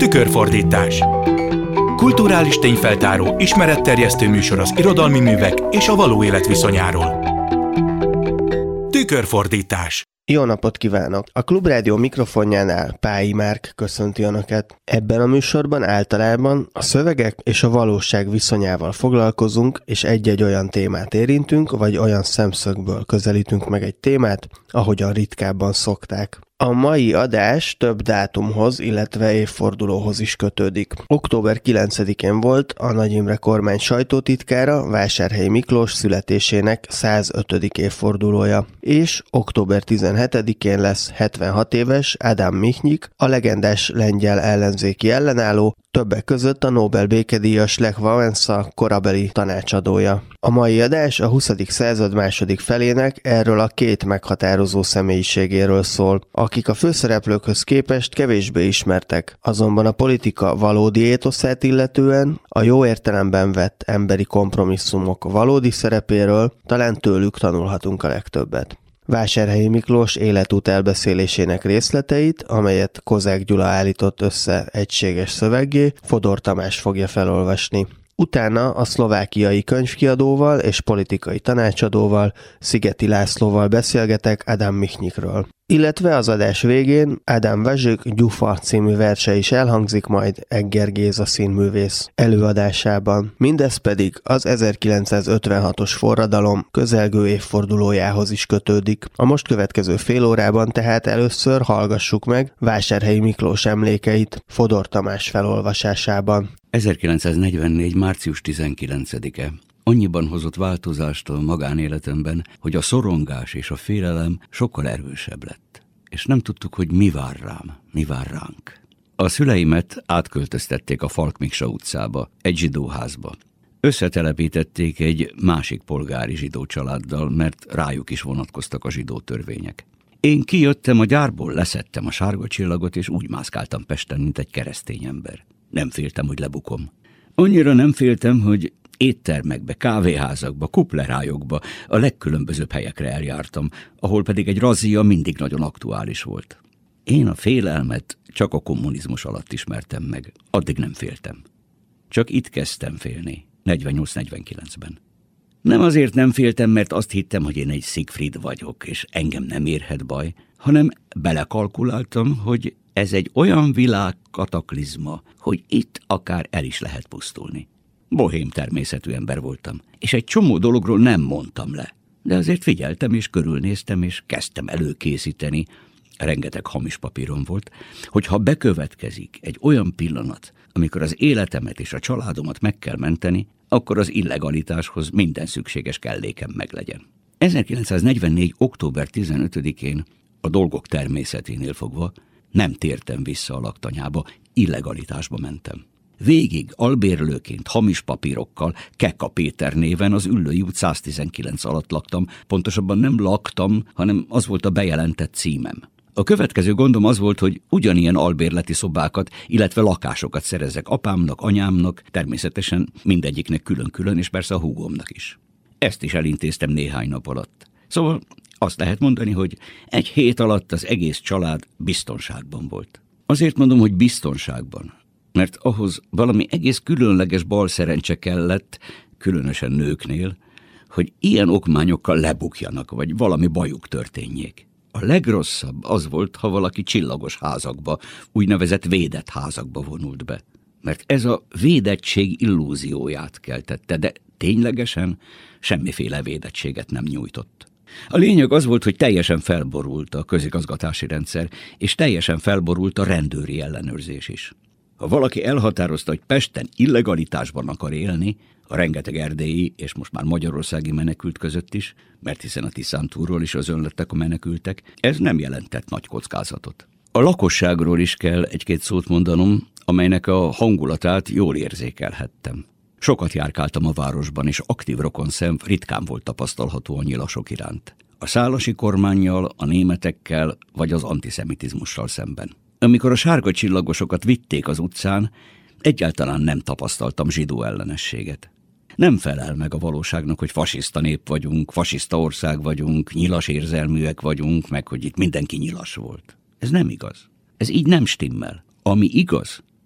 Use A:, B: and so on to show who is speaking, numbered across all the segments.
A: Tükörfordítás. Kulturális tényfeltáró, ismeretterjesztő műsor az irodalmi művek és a való élet viszonyáról. Tükörfordítás.
B: Jó napot kívánok! A Klubrádió mikrofonjánál Pályi Márk köszönti Önöket. Ebben a műsorban általában a szövegek és a valóság viszonyával foglalkozunk, és egy-egy olyan témát érintünk, vagy olyan szemszögből közelítünk meg egy témát, ahogyan ritkábban szokták. A mai adás több dátumhoz, illetve évfordulóhoz is kötődik. Október 9-én volt a Nagy Imre kormány sajtótitkára, Vásárhelyi Miklós születésének 105. évfordulója, és október 17-én lesz 76 éves Adam Michnik, a legendás lengyel ellenzéki ellenálló, többek között a Nobel békedíjas Lech Wałęsa korabeli tanácsadója. A mai adás a 20. század második felének erről a két meghatározó személyiségéről szól, akik a főszereplőkhöz képest kevésbé ismertek, azonban a politika valódi étoszát illetően, a jó értelemben vett emberi kompromisszumok valódi szerepéről talán tőlük tanulhatunk a legtöbbet. Vásárhelyi Miklós életút elbeszélésének részleteit, amelyet Kozák Gyula állított össze egységes szöveggé, Fodor Tamás fogja felolvasni. Utána a szlovákiai könyvkiadóval és politikai tanácsadóval, Szigeti Lászlóval beszélgetek Adam Michnikről. Illetve az adás végén Adam Vazsik Gyufa című verse is elhangzik majd Egger Géza színművész előadásában. Mindez pedig az 1956-os forradalom közelgő évfordulójához is kötődik. A most következő fél órában tehát először hallgassuk meg Vásárhelyi Miklós emlékeit Fodor Tamás felolvasásában.
C: 1944. március 19-e. Annyiban hozott változást a magánéletemben, hogy a szorongás és a félelem sokkal erősebb lett. És nem tudtuk, hogy mi vár rám, mi vár ránk. A szüleimet átköltöztették a Falk Miksa utcába, egy zsidóházba. Összetelepítették egy másik polgári zsidó családdal, mert rájuk is vonatkoztak a zsidó törvények. Én kijöttem a gyárból, leszettem a sárga csillagot, és úgy mászkáltam Pesten, mint egy keresztény ember. Nem féltem, hogy lebukom. Annyira nem féltem, hogy éttermekbe, kávéházakba, kuplerájokba, a legkülönbözőbb helyekre eljártam, ahol pedig egy razzia mindig nagyon aktuális volt. Én a félelmet csak a kommunizmus alatt ismertem meg, addig nem féltem. Csak itt kezdtem félni, 48-49-ben. Nem azért nem féltem, mert azt hittem, hogy én egy Siegfried vagyok, és engem nem érhet baj, hanem belekalkuláltam, hogy ez egy olyan világkataklizma, hogy itt akár el is lehet pusztulni. Bohém természetű ember voltam, és egy csomó dologról nem mondtam le. De azért figyeltem és körülnéztem, és kezdtem előkészíteni, rengeteg hamis papírom volt, hogy ha bekövetkezik egy olyan pillanat, amikor az életemet és a családomat meg kell menteni, akkor az illegalitáshoz minden szükséges kellékem meglegyen. 1944. október 15-én a dolgok természeténél fogva nem tértem vissza a laktanyába, illegalitásba mentem. Végig albérlőként hamis papírokkal, Keka Péter néven az Üllői út 119 alatt laktam, pontosabban nem laktam, hanem az volt a bejelentett címem. A következő gondom az volt, hogy ugyanilyen albérleti szobákat, illetve lakásokat szerezzek apámnak, anyámnak, természetesen mindegyiknek külön-külön, és persze a húgomnak is. Ezt is elintéztem néhány nap alatt. Szóval azt lehet mondani, hogy egy hét alatt az egész család biztonságban volt. Azért mondom, hogy biztonságban, mert ahhoz valami egész különleges balszerencse kellett, különösen nőknél, hogy ilyen okmányokkal lebukjanak, vagy valami bajuk történjék. A legrosszabb az volt, ha valaki csillagos házakba, úgynevezett védett házakba vonult be. Mert ez a védettség illúzióját keltette, de ténylegesen semmiféle védettséget nem nyújtott. A lényeg az volt, hogy teljesen felborult a közigazgatási rendszer, és teljesen felborult a rendőri ellenőrzés is. Ha valaki elhatározta, hogy Pesten illegalitásban akar élni, a rengeteg erdélyi és most már magyarországi menekült között is, mert hiszen a Tiszántúról is özönlettek a menekültek, ez nem jelentett nagy kockázatot. A lakosságról is kell egy-két szót mondanom, amelynek a hangulatát jól érzékelhettem. Sokat járkáltam a városban, és aktív rokonszem ritkán volt tapasztalható a nyilasok iránt. A szálasi kormánnyal, a németekkel vagy az antiszemitizmussal szemben. Amikor a sárga csillagosokat vitték az utcán, egyáltalán nem tapasztaltam zsidó ellenességet. Nem felel meg a valóságnak, hogy fasiszta nép vagyunk, fasiszta ország vagyunk, nyilas érzelműek vagyunk, meg hogy itt mindenki nyilas volt. Ez nem igaz. Ez így nem stimmel. Ami igaz,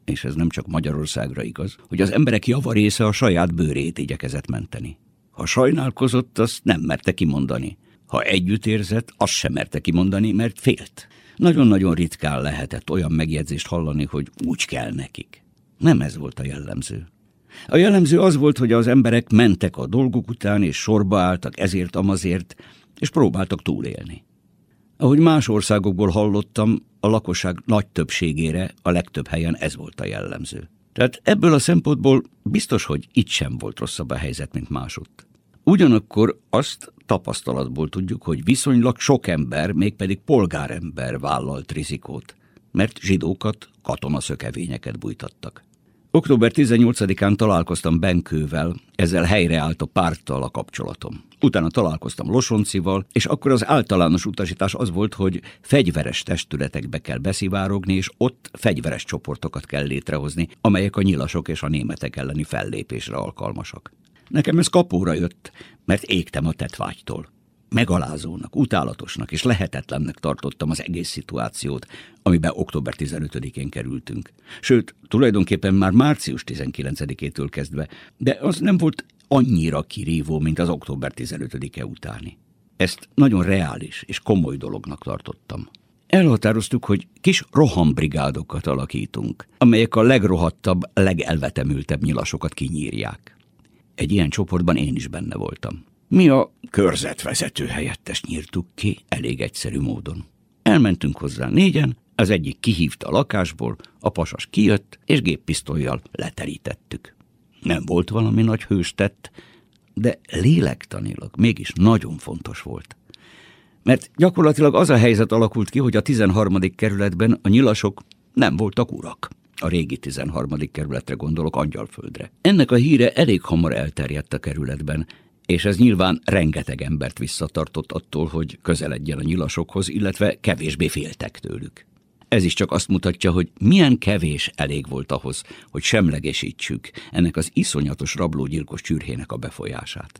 C: és ez nem csak Magyarországra igaz, hogy az emberek javarésze a saját bőrét igyekezett menteni. Ha sajnálkozott, azt nem merte kimondani. Ha együtt érzett, azt sem merte kimondani, mert félt. Nagyon-nagyon ritkán lehetett olyan megjegyzést hallani, hogy úgy kell nekik. Nem ez volt a jellemző. A jellemző az volt, hogy az emberek mentek a dolguk után, és sorba álltak ezért amazért, és próbáltak túlélni. Ahogy más országokból hallottam, a lakosság nagy többségére a legtöbb helyen ez volt a jellemző. Tehát ebből a szempontból biztos, hogy itt sem volt rosszabb a helyzet, mint másutt. Ugyanakkor azt tapasztalatból tudjuk, hogy viszonylag sok ember, mégpedig polgárember vállalt rizikót, mert zsidókat, katonaszökevényeket bújtattak. Október 18-án találkoztam Benkővel, ezzel helyreállt a párttal a kapcsolatom. Utána találkoztam Losoncival, és akkor az általános utasítás az volt, hogy fegyveres testületekbe kell beszivárogni, és ott fegyveres csoportokat kell létrehozni, amelyek a nyilasok és a németek elleni fellépésre alkalmasak. Nekem ez kapóra jött, mert égtem a tettvágytól. Megalázónak, utálatosnak és lehetetlennek tartottam az egész szituációt, amiben október 15-én kerültünk. Sőt, tulajdonképpen már március 19-től kezdve, de az nem volt annyira kirívó, mint az október 15-e utáni. Ezt nagyon reális és komoly dolognak tartottam. Elhatároztuk, hogy kis rohambrigádokat alakítunk, amelyek a legrohadtabb, legelvetemültebb nyilasokat kinyírják. Egy ilyen csoportban én is benne voltam. Mi a körzetvezető helyettest nyírtuk ki elég egyszerű módon. Elmentünk hozzá 4-en, az egyik kihívta a lakásból, a pasas kijött, és géppisztollyal leterítettük. Nem volt valami nagy hőstett, de lélektanilag mégis nagyon fontos volt. Mert gyakorlatilag az a helyzet alakult ki, hogy a 13. kerületben a nyilasok nem voltak urak. A régi 13. kerületre gondolok, Angyalföldre. Ennek a híre elég hamar elterjedt a kerületben, és ez nyilván rengeteg embert visszatartott attól, hogy közeledjen a nyilasokhoz, illetve kevésbé féltek tőlük. Ez is csak azt mutatja, hogy milyen kevés elég volt ahhoz, hogy semlegesítsük ennek az iszonyatos rablógyilkos csürhének a befolyását.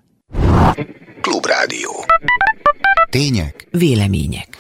D: Klubrádió. Tények,
E: vélemények.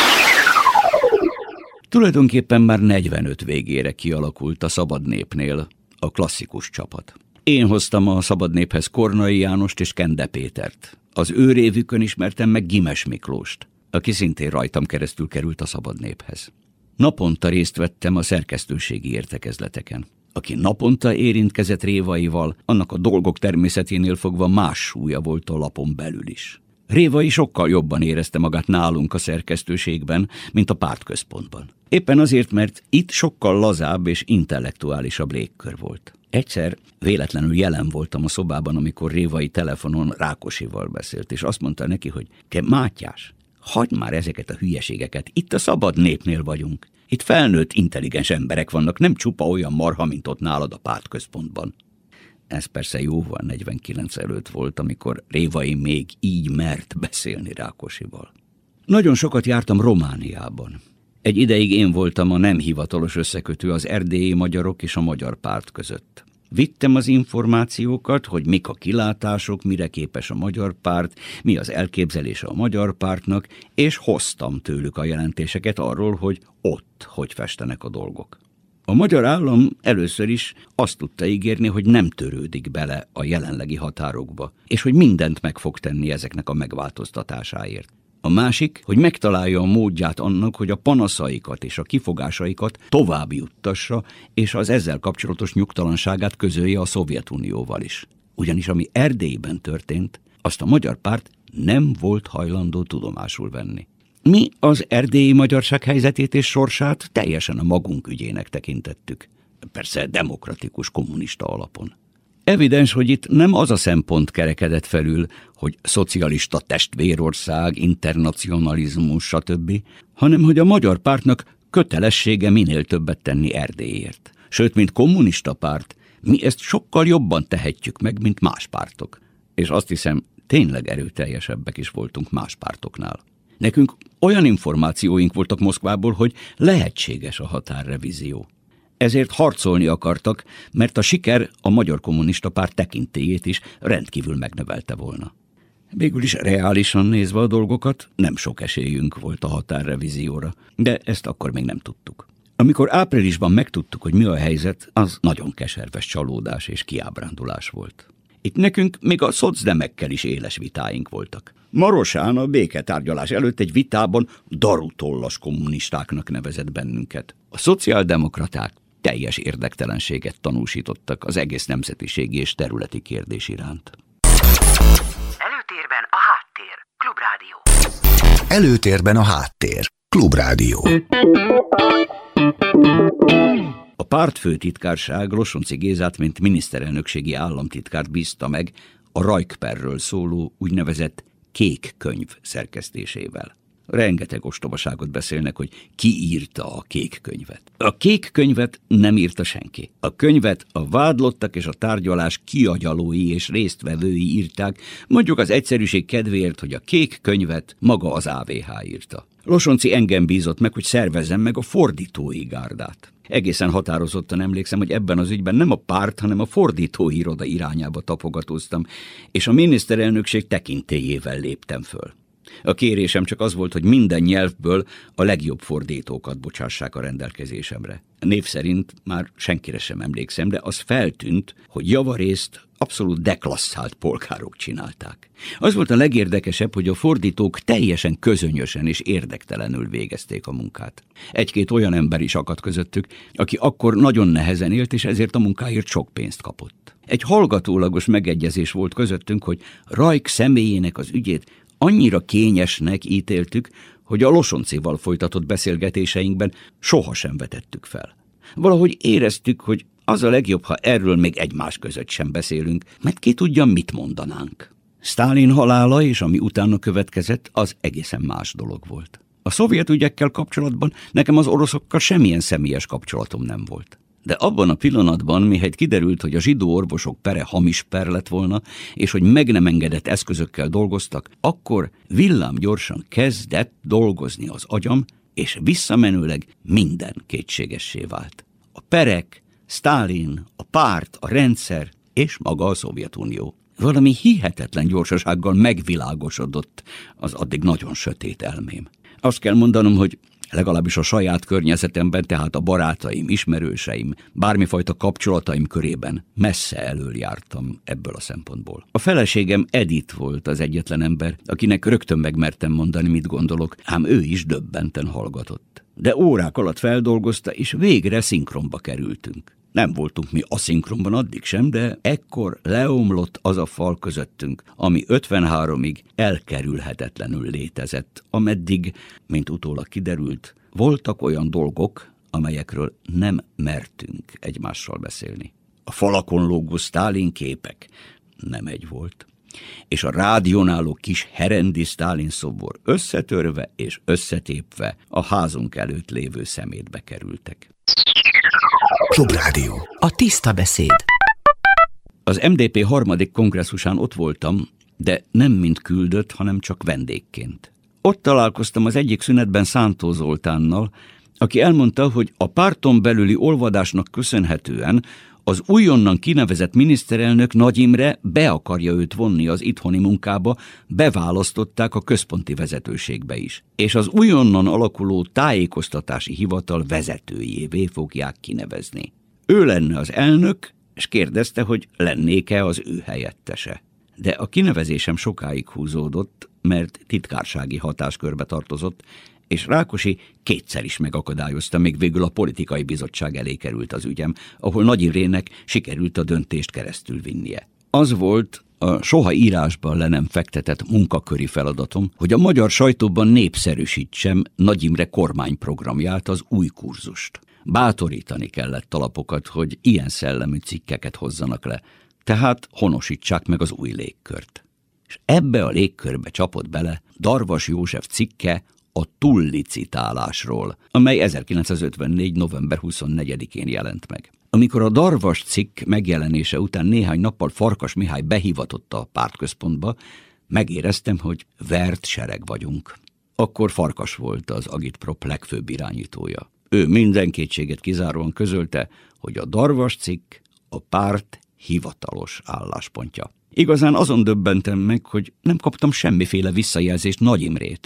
C: Tulajdonképpen már 45 végére kialakult a Szabad Népnél a klasszikus csapat. Én hoztam a Szabad Néphez Kornai Jánost és Kende Pétert. Az ő révükön ismertem meg Gimes Miklóst, aki szintén rajtam keresztül került a Szabad Néphez. Naponta részt vettem a szerkesztőségi értekezleteken. Aki naponta érintkezett Révaival, annak a dolgok természeténél fogva más súlya volt a lapon belül is. Révai sokkal jobban érezte magát nálunk a szerkesztőségben, mint a pártközpontban. Éppen azért, mert itt sokkal lazább és intellektuálisabb légkör volt. Egyszer véletlenül jelen voltam a szobában, amikor Révai telefonon Rákosival beszélt, és azt mondta neki, hogy Mátyás, hagyd már ezeket a hülyeségeket, itt a Szabad Népnél vagyunk. Itt felnőtt, intelligens emberek vannak, nem csupa olyan marha, mint ott nálad a pártközpontban. Ez persze jóval 49 előtt volt, amikor Révai még így mert beszélni Rákosival. Nagyon sokat jártam Romániában. Egy ideig én voltam a nem hivatalos összekötő az erdélyi magyarok és a magyar párt között. Vittem az információkat, hogy mik a kilátások, mire képes a magyar párt, mi az elképzelése a magyar pártnak, és hoztam tőlük a jelentéseket arról, hogy ott hogy festenek a dolgok. A magyar állam először is azt tudta ígérni, hogy nem törődik bele a jelenlegi határokba, és hogy mindent meg fog tenni ezeknek a megváltoztatásáért. A másik, hogy megtalálja a módját annak, hogy a panaszaikat és a kifogásaikat tovább juttassa, és az ezzel kapcsolatos nyugtalanságát közölje a Szovjetunióval is. Ugyanis ami Erdélyben történt, azt a magyar párt nem volt hajlandó tudomásul venni. Mi az erdélyi magyarság helyzetét és sorsát teljesen a magunk ügyének tekintettük. Persze demokratikus kommunista alapon. Evidens, hogy itt nem az a szempont kerekedett felül, hogy szocialista testvérország, internacionalizmus, stb., hanem hogy a magyar pártnak kötelessége minél többet tenni Erdélyért. Sőt, mint kommunista párt, mi ezt sokkal jobban tehetjük meg, mint más pártok. És azt hiszem, tényleg erőteljesebbek is voltunk más pártoknál. Nekünk olyan információink voltak Moszkvából, hogy lehetséges a határrevízió. Ezért harcolni akartak, mert a siker a Magyar Kommunista Párt tekintélyét is rendkívül megnövelte volna. Végül is reálisan nézve a dolgokat, nem sok esélyünk volt a határrevízióra, de ezt akkor még nem tudtuk. Amikor áprilisban megtudtuk, hogy mi a helyzet, az nagyon keserves csalódás és kiábrándulás volt. Itt nekünk még a szocdemekkel is éles vitáink voltak. Marosán a béketárgyalás előtt egy vitában darutollas kommunistáknak nevezett bennünket. A szociáldemokraták teljes érdektelenséget tanúsítottak az egész nemzetiségi és területi kérdés iránt.
E: Előtérben a háttér. Klubrádió.
D: Előtérben a háttér. Klubrádió.
C: A pártfőtitkárság Losonczy Gézát, mint miniszterelnökségi államtitkárt bízta meg a Rajkperről szóló úgynevezett kék könyv szerkesztésével. Rengeteg ostobaságot beszélnek, hogy ki írta a kék könyvet. A kék könyvet nem írta senki. A könyvet a vádlottak és a tárgyalás kiagyalói és résztvevői írták, mondjuk az egyszerűség kedvéért, hogy a kék könyvet maga az AVH írta. Losonczy engem bízott meg, hogy szervezzem meg a fordítói gárdát. Egészen határozottan emlékszem, hogy ebben az ügyben nem a párt, hanem a fordítói iroda irányába tapogatóztam, és a miniszterelnökség tekintélyével léptem föl. A kérésem csak az volt, hogy minden nyelvből a legjobb fordítókat bocsássák a rendelkezésemre. Név szerint már senkire sem emlékszem, de az feltűnt, hogy javarészt abszolút deklasszált polgárok csinálták. Az volt a legérdekesebb, hogy a fordítók teljesen közönyösen és érdektelenül végezték a munkát. Egy-két olyan ember is akadt közöttük, aki akkor nagyon nehezen élt, és ezért a munkáért sok pénzt kapott. Egy hallgatólagos megegyezés volt közöttünk, hogy Rajk személyének az ügyét annyira kényesnek ítéltük, hogy a Losonczival folytatott beszélgetéseinkben sohasem vetettük fel. Valahogy éreztük, hogy az a legjobb, ha erről még egymás között sem beszélünk, mert ki tudja, mit mondanánk. Sztálin halála és ami utána következett, az egészen más dolog volt. A szovjet ügyekkel kapcsolatban nekem az oroszokkal semmilyen személyes kapcsolatom nem volt. De abban a pillanatban, mihelyt kiderült, hogy a zsidó orvosok pere hamis per lett volna, és hogy meg nem engedett eszközökkel dolgoztak, akkor villámgyorsan kezdett dolgozni az agyam, és visszamenőleg minden kétségessé vált. A perek, Sztálin, a párt, a rendszer és maga a Szovjetunió. Valami hihetetlen gyorsasággal megvilágosodott az addig nagyon sötét elmém. Azt kell mondanom, hogy legalábbis a saját környezetemben, tehát a barátaim, ismerőseim, bármifajta kapcsolataim körében messze elől jártam ebből a szempontból. A feleségem Edith volt az egyetlen ember, akinek rögtön megmertem mondani, mit gondolok, ám ő is döbbenten hallgatott. De órák alatt feldolgozta, és végre szinkronba kerültünk. Nem voltunk mi aszinkronban addig sem, de ekkor leomlott az a fal közöttünk, ami 53-ig elkerülhetetlenül létezett, ameddig, mint utólag kiderült, voltak olyan dolgok, amelyekről nem mertünk egymással beszélni. A falakon lógó Sztálin képek nem egy volt, és a rádión álló kis herendi Sztálin szobor összetörve és összetépve a házunk előtt lévő szemétbe kerültek.
D: Klubrádió.
E: A tiszta beszéd.
C: Az MDP 3. kongresszusán ott voltam, de nem mint küldött, hanem csak vendégként. Ott találkoztam az egyik szünetben Szántó Zoltánnal, aki elmondta, hogy a párton belüli olvadásnak köszönhetően az újonnan kinevezett miniszterelnök Nagy Imre be akarja őt vonni az itthoni munkába, beválasztották a központi vezetőségbe is, és az újonnan alakuló tájékoztatási hivatal vezetőjévé fogják kinevezni. Ő lenne az elnök, és kérdezte, hogy lennék-e az ő helyettese. De a kinevezésem sokáig húzódott, mert titkársági hatáskörbe tartozott, és Rákosi kétszer is megakadályozta, még végül a politikai bizottság elé került az ügyem, ahol Nagy Imrének sikerült a döntést keresztül vinnie. Az volt a soha írásban le nem fektetett munkaköri feladatom, hogy a magyar sajtóban népszerűsítsem Nagy Imre kormányprogramját, az új kurzust. Bátorítani kellett a lapokat, hogy ilyen szellemű cikkeket hozzanak le, tehát honosítsák meg az új légkört. És ebbe a légkörbe csapott bele Darvas József cikke a túllicitálásról, amely 1954. november 24-én jelent meg. Amikor a Darvas cikk megjelenése után néhány nappal Farkas Mihály behívatott a pártközpontba, megéreztem, hogy vert sereg vagyunk. Akkor Farkas volt az Agitprop legfőbb irányítója. Ő minden kétséget kizáróan közölte, hogy a Darvas cikk a párt hivatalos álláspontja. Igazán azon döbbentem meg, hogy nem kaptam semmiféle visszajelzést Nagy Imrétől.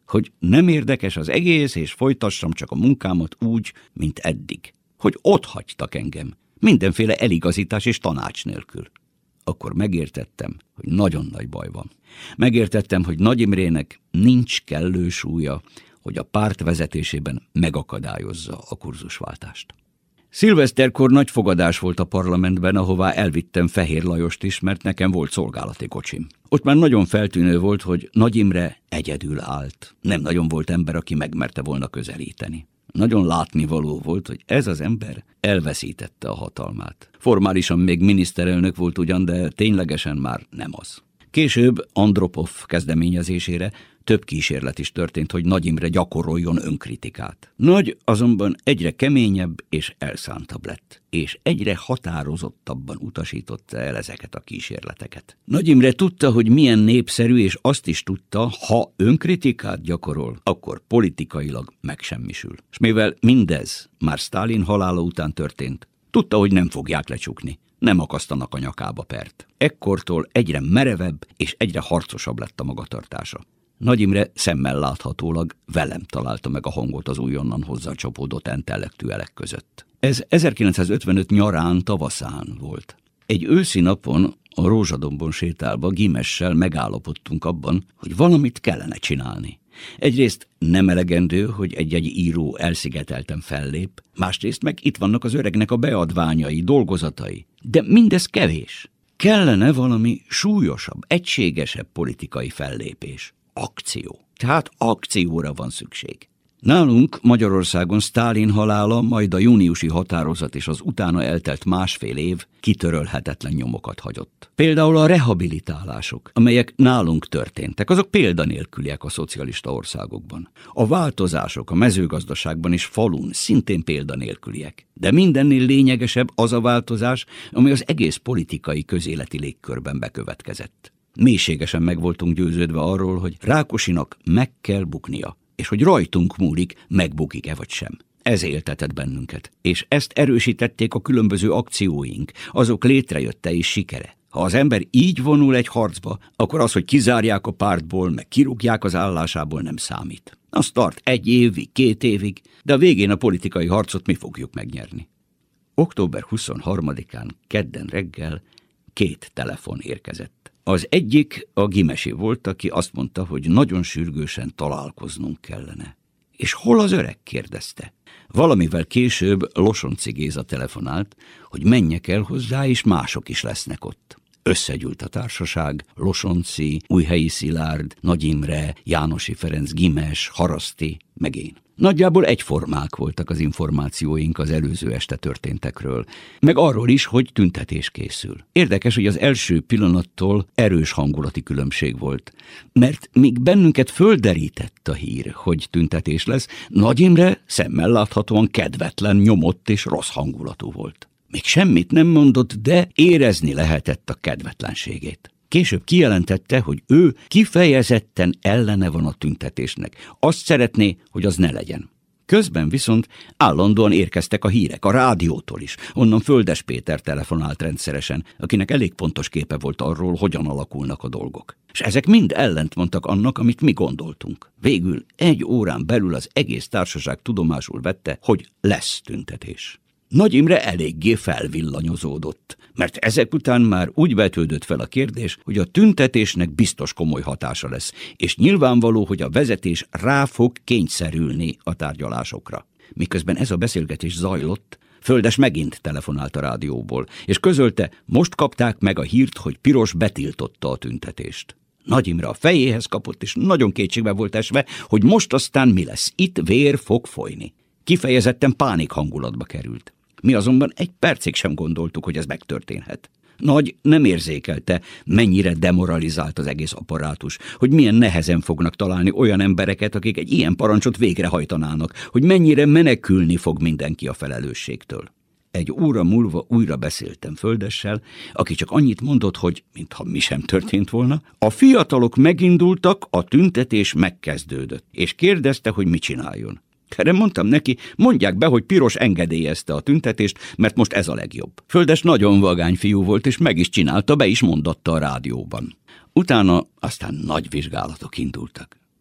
C: hogy nem érdekes az egész, és folytassam csak a munkámat úgy, mint eddig. Hogy ott hagytak engem, mindenféle eligazítás és tanács nélkül. Akkor megértettem, hogy nagyon nagy baj van. Megértettem, hogy Nagy Imrének nincs kellő súlya, hogy a párt vezetésében megakadályozza a kurzusváltást. Szilveszterkor nagy fogadás volt a parlamentben, ahová elvittem Fehér Lajost is, mert nekem volt szolgálati kocsim. Ott már nagyon feltűnő volt, hogy Nagy Imre egyedül állt. Nem nagyon volt ember, aki megmerte volna közelíteni. Nagyon látnivaló volt, hogy ez az ember elveszítette a hatalmát. Formálisan még miniszterelnök volt ugyan, de ténylegesen már nem az. Később Andropov kezdeményezésére több kísérlet is történt, hogy Nagy Imre gyakoroljon önkritikát. Nagy azonban egyre keményebb és elszántabb lett, és egyre határozottabban utasította el ezeket a kísérleteket. Nagy Imre tudta, hogy milyen népszerű, és azt is tudta, ha önkritikát gyakorol, akkor politikailag megsemmisül. És mivel mindez már Sztálin halála után történt, tudta, hogy nem fogják lecsukni. Nem akasztanak a nyakába pert. Ekkortól egyre merevebb és egyre harcosabb lett a magatartása. Nagy Imre szemmel láthatólag velem találta meg a hangot az újonnan hozzácsapódott intellektuelek között. Ez 1955 nyarán, tavaszán volt. Egy őszi napon a Rózsadombon sétálva Gimessel megállapodtunk abban, hogy valamit kellene csinálni. Egyrészt nem elegendő, hogy egy-egy író elszigetelten fellép, másrészt meg itt vannak az öregnek a beadványai, dolgozatai. De mindez kevés. Kellene valami súlyosabb, egységesebb politikai fellépés. Akció. Tehát akcióra van szükség. Nálunk Magyarországon Sztálin halála, majd a júniusi határozat és az utána eltelt másfél év kitörölhetetlen nyomokat hagyott. Például a rehabilitálások, amelyek nálunk történtek, azok példanélküliek a szocialista országokban. A változások a mezőgazdaságban és falun szintén példanélküliek. De mindennél lényegesebb az a változás, ami az egész politikai közéleti légkörben bekövetkezett. Mélységesen meg voltunk győződve arról, hogy Rákosinak meg kell buknia, és hogy rajtunk múlik, megbukik-e vagy sem. Ez éltetett bennünket, és ezt erősítették a különböző akcióink, azok létrejötte és sikere. Ha az ember így vonul egy harcba, akkor az, hogy kizárják a pártból, meg kirúgják az állásából, nem számít. Az tart 1 évig, 2 évig, de a végén a politikai harcot mi fogjuk megnyerni. Október 23-án, kedden reggel 2 telefon érkezett. Az egyik a Gimesi volt, aki azt mondta, hogy nagyon sürgősen találkoznunk kellene. És hol az öreg? kérdezte. Valamivel később Losonczy Géza telefonált, hogy menjek el hozzá, és mások is lesznek ott. Összegyűlt a társaság, Losonczy, Újhelyi Szilárd, Nagy Imre, Jánosi Ferenc, Gimes, Haraszti, meg én. Nagyjából egyformák voltak az információink az előző este történtekről, meg arról is, hogy tüntetés készül. Érdekes, hogy az első pillanattól erős hangulati különbség volt, mert míg bennünket földerített a hír, hogy tüntetés lesz, Nagy Imre szemmel láthatóan kedvetlen, nyomott és rossz hangulatú volt. Még semmit nem mondott, de érezni lehetett a kedvetlenségét. Később kijelentette, hogy ő kifejezetten ellene van a tüntetésnek. Azt szeretné, hogy az ne legyen. Közben viszont állandóan érkeztek a hírek, a rádiótól is. Onnan Földes Péter telefonált rendszeresen, akinek elég pontos képe volt arról, hogyan alakulnak a dolgok. És ezek mind ellentmondtak annak, amit mi gondoltunk. Végül 1 órán belül az egész társaság tudomásul vette, hogy lesz tüntetés. Nagy Imre eléggé felvillanyozódott, mert ezek után már úgy vetődött fel a kérdés, hogy a tüntetésnek biztos komoly hatása lesz, és nyilvánvaló, hogy a vezetés rá fog kényszerülni a tárgyalásokra. Miközben ez a beszélgetés zajlott, Földes megint telefonált a rádióból, és közölte, most kapták meg a hírt, hogy Piros betiltotta a tüntetést. Nagy Imre a fejéhez kapott, és nagyon kétségbe volt esve, hogy most aztán mi lesz, itt vér fog folyni. Kifejezetten pánik hangulatba került. Mi azonban 1 percig sem gondoltuk, hogy ez megtörténhet. Nagy nem érzékelte, mennyire demoralizált az egész apparátus, hogy milyen nehezen fognak találni olyan embereket, akik egy ilyen parancsot végrehajtanának, hogy mennyire menekülni fog mindenki a felelősségtől. 1 óra múlva újra beszéltem Földessel, aki csak annyit mondott, hogy, mintha mi sem történt volna, a fiatalok megindultak, a tüntetés megkezdődött, és kérdezte, hogy mit csináljon. Erre mondtam neki, mondják be, hogy Piros engedélyezte a tüntetést, mert most ez a legjobb. Földes nagyon vagány fiú volt, és meg is csinálta, be is mondatta a rádióban. Utána aztán nagy vizsgálatok indultak.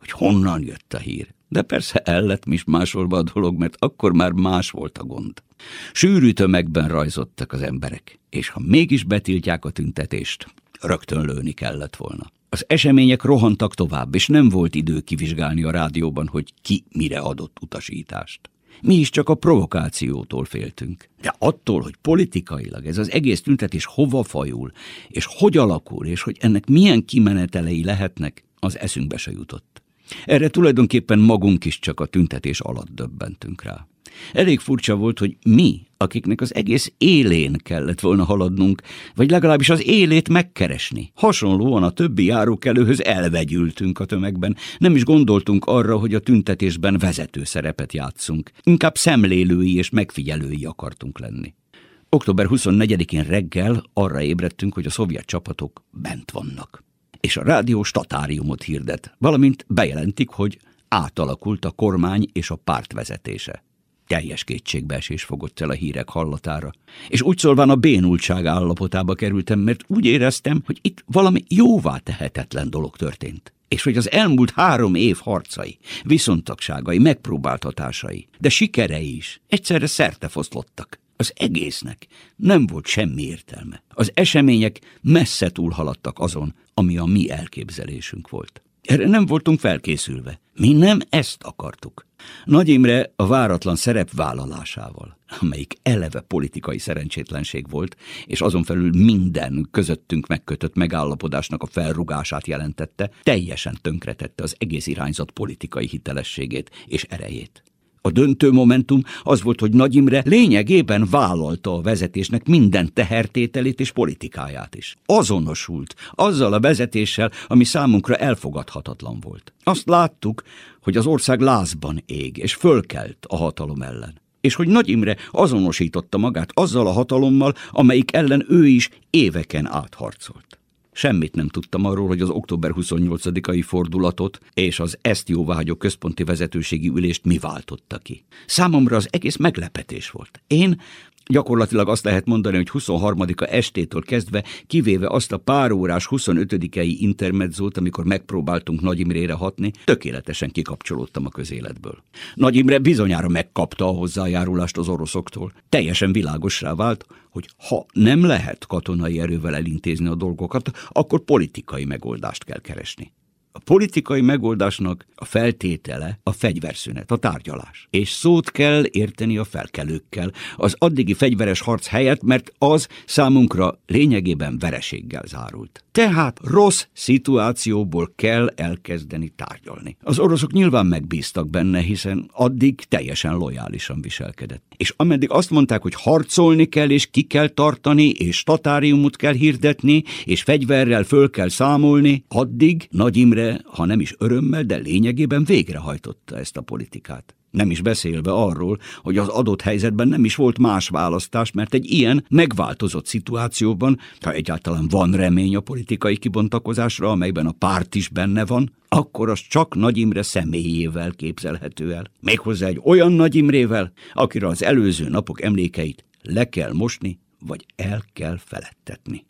C: hogy honnan jött a hír. De persze el lett másolva a dolog, mert akkor már más volt a gond. Sűrű tömegben rajzottak az emberek, és ha mégis betiltják a tüntetést, rögtön lőni kellett volna. Az események rohantak tovább, és nem volt idő kivizsgálni a rádióban, hogy ki mire adott utasítást. Mi is csak a provokációtól féltünk. De attól, hogy politikailag ez az egész tüntetés hova fajul, és hogy alakul, és hogy ennek milyen kimenetelei lehetnek, az eszünkbe se jutott. Erre tulajdonképpen magunk is csak a tüntetés alatt döbbentünk rá. Elég furcsa volt, hogy mi, akiknek az egész élén kellett volna haladnunk, vagy legalábbis az élét megkeresni. Hasonlóan a többi járókelőhöz elvegyültünk a tömegben, nem is gondoltunk arra, hogy a tüntetésben vezető szerepet játszunk. Inkább szemlélői és megfigyelői akartunk lenni. Október 24-én reggel arra ébredtünk, hogy a szovjet csapatok bent vannak. És a rádió statáriumot hirdet, valamint bejelentik, hogy átalakult a kormány és a párt vezetése. Teljes kétségbeesés fogott el a hírek hallatára, és úgy szólván a bénultság állapotába kerültem, mert úgy éreztem, hogy itt valami jóvá tehetetlen dolog történt, és hogy az elmúlt 3 év harcai, viszontagságai, megpróbáltatásai, de sikerei is egyszerre szertefoszlottak. Az egésznek nem volt semmi értelme. Az események messze túlhaladtak azon, ami a mi elképzelésünk volt. Erre nem voltunk felkészülve. Mi nem ezt akartuk. Nagy Imre a váratlan szerep vállalásával, amelyik eleve politikai szerencsétlenség volt, és azon felül minden közöttünk megkötött megállapodásnak a felrugását jelentette, teljesen tönkretette az egész irányzat politikai hitelességét és erejét. A döntő momentum az volt, hogy Nagy Imre lényegében vállalta a vezetésnek minden tehertételét és politikáját is. Azonosult azzal a vezetéssel, ami számunkra elfogadhatatlan volt. Azt láttuk, hogy az ország lázban ég, és fölkelt a hatalom ellen. És hogy Nagy Imre azonosította magát azzal a hatalommal, amelyik ellen ő is éveken át harcolt. Semmit nem tudtam arról, hogy az október 28-ai fordulatot és az ezt jóváhagyó központi vezetőségi ülést mi váltotta ki. Számomra az egész meglepetés volt. Én gyakorlatilag azt lehet mondani, hogy 23-a estétől kezdve, kivéve azt a pár órás 25-ei intermedzót, amikor megpróbáltunk Nagy Imrére hatni, tökéletesen kikapcsolódtam a közéletből. Nagy Imre bizonyára megkapta a hozzájárulást az oroszoktól. Teljesen világossá vált, hogy ha nem lehet katonai erővel elintézni a dolgokat, akkor politikai megoldást kell keresni. A politikai megoldásnak a feltétele a fegyverszünet, a tárgyalás. És szót kell érteni a felkelőkkel, az addigi fegyveres harc helyett, mert az számunkra lényegében vereséggel zárult. Tehát rossz szituációból kell elkezdeni tárgyalni. Az oroszok nyilván megbíztak benne, hiszen addig teljesen lojálisan viselkedett. És ameddig azt mondták, hogy harcolni kell, és ki kell tartani, és statáriumot kell hirdetni, és fegyverrel föl kell számolni, addig Nagy Imre, ha nem is örömmel, de lényegében végrehajtotta ezt a politikát. Nem is beszélve arról, hogy az adott helyzetben nem is volt más választás, mert egy ilyen megváltozott szituációban, ha egyáltalán van remény a politikai kibontakozásra, amelyben a párt is benne van, akkor az csak Nagy Imre személyével képzelhető el. Méghozzá egy olyan Nagy Imrével, akire az előző napok emlékeit le kell mosni, vagy el kell feledtetni.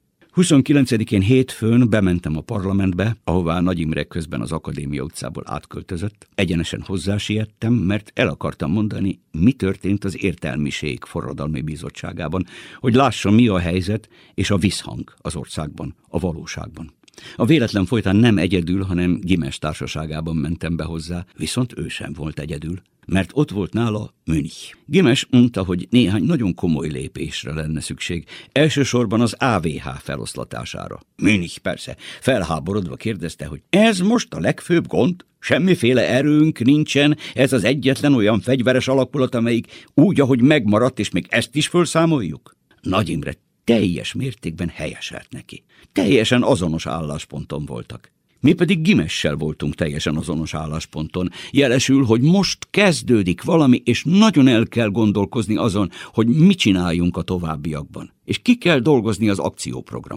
C: 29-én hétfőn bementem a parlamentbe, ahová Nagy Imre közben az Akadémia utcából átköltözött. Egyenesen hozzásiettem, mert el akartam mondani, mi történt az Értelmiség Forradalmi Bizottságában, hogy lássa, mi a helyzet és a visszhang az országban, a valóságban. A véletlen folytán nem egyedül, hanem Gimes társaságában mentem be hozzá, viszont ő sem volt egyedül, mert ott volt nála Münich. Gimes mondta, hogy néhány nagyon komoly lépésre lenne szükség, elsősorban az AVH feloszlatására. Münich persze felháborodva kérdezte, hogy ez most a legfőbb gond? Semmiféle erőnk nincsen, ez az egyetlen olyan fegyveres alakulat, amelyik úgy, ahogy megmaradt, és még ezt is felszámoljuk? Nagy Imre teljes mértékben helyeselt neki. Teljesen azonos állásponton voltak. Mi pedig Gimessel voltunk teljesen azonos állásponton. Jelesül, hogy most kezdődik valami, és nagyon el kell gondolkozni azon, hogy mit csináljunk a továbbiakban. És ki kell dolgozni az akcióprogramot.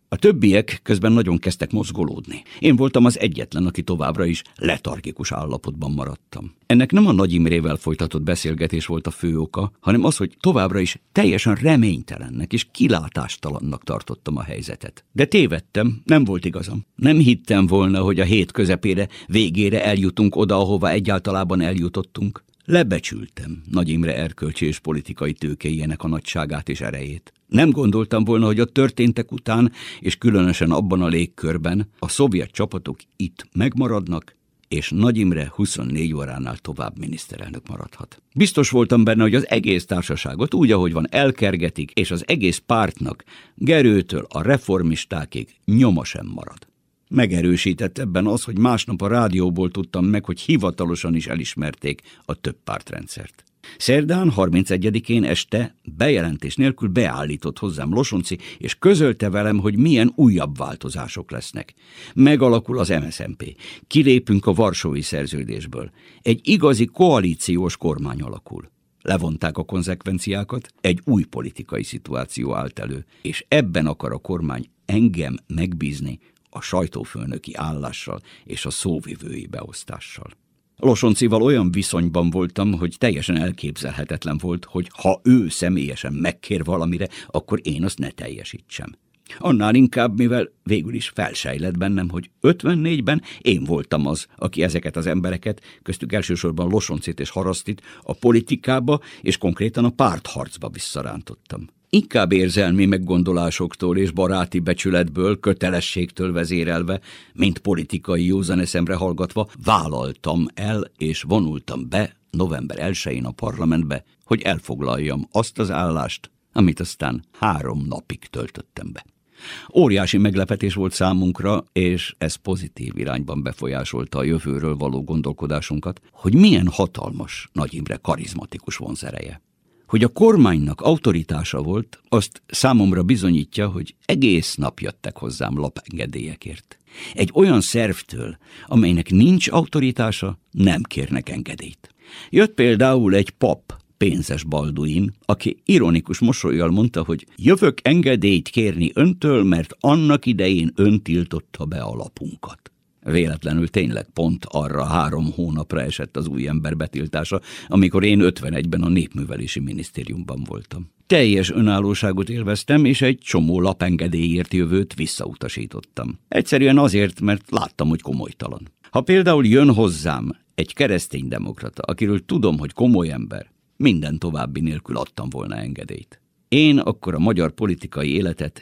C: A többiek közben nagyon kezdtek mozgolódni. Én voltam az egyetlen, aki továbbra is letargikus állapotban maradtam. Ennek nem a Nagy Imrével folytatott beszélgetés volt a fő oka, hanem az, hogy továbbra is teljesen reménytelennek és kilátástalannak tartottam a helyzetet. De tévedtem, nem volt igazam. Nem hittem volna, hogy a hét közepére, végére eljutunk oda, ahova egyáltalában eljutottunk. Lebecsültem Nagy Imre erkölcsi és politikai tőkéjének a nagyságát és erejét. Nem gondoltam volna, hogy a történtek után, és különösen abban a légkörben a szovjet csapatok itt megmaradnak, és Nagy Imre 24 óránál tovább miniszterelnök maradhat. Biztos voltam benne, hogy az egész társaságot úgy, ahogy van, elkergetik, és az egész pártnak, Gerőtől a reformistákig nyoma sem marad. Megerősített ebben az, hogy másnap a rádióból tudtam meg, hogy hivatalosan is elismerték a több pártrendszert. Szerdán, 31-én este bejelentés nélkül beállított hozzám Losonczy, és közölte velem, hogy milyen újabb változások lesznek. Megalakul az MSZNP, kilépünk a Varsói Szerződésből, egy igazi koalíciós kormány alakul. Levonták a konzekvenciákat, egy új politikai szituáció állt elő, és ebben akar a kormány engem megbízni a sajtófőnöki állással és a szóvivői beosztással. Losonczival olyan viszonyban voltam, hogy teljesen elképzelhetetlen volt, hogy ha ő személyesen megkér valamire, akkor én azt ne teljesítsem. Annál inkább, mivel végül is felsejlett bennem, hogy 54-ben én voltam az, aki ezeket az embereket, köztük elsősorban Losoncit és Harasztit a politikába és konkrétan a pártharcba visszarántottam. Inkább érzelmi meggondolásoktól és baráti becsületből, kötelességtől vezérelve, mint politikai józan eszemre hallgatva, vállaltam el és vonultam be november 1-én a parlamentbe, hogy elfoglaljam azt az állást, amit aztán 3 napig töltöttem be. Óriási meglepetés volt számunkra, és ez pozitív irányban befolyásolta a jövőről való gondolkodásunkat, hogy milyen hatalmas Nagy Imre karizmatikus vonzereje. Hogy a kormánynak autoritása volt, azt számomra bizonyítja, hogy egész nap jöttek hozzám lapengedélyekért. Egy olyan szervtől, amelynek nincs autoritása, nem kérnek engedélyt. Jött például egy pap, Pénzes Balduin, aki ironikus mosollyal mondta, hogy jövök engedélyt kérni öntől, mert annak idején ön tiltotta be a lapunkat. Véletlenül tényleg pont arra 3 hónapra esett az új ember betiltása, amikor én 51-ben a Népművelési Minisztériumban voltam. Teljes önállóságot élveztem, és egy csomó lapengedélyért jövőt visszautasítottam. Egyszerűen azért, mert láttam, hogy komolytalan. Ha például jön hozzám egy kereszténydemokrata, akiről tudom, hogy komoly ember, minden további nélkül adtam volna engedélyt. Én akkor a magyar politikai életet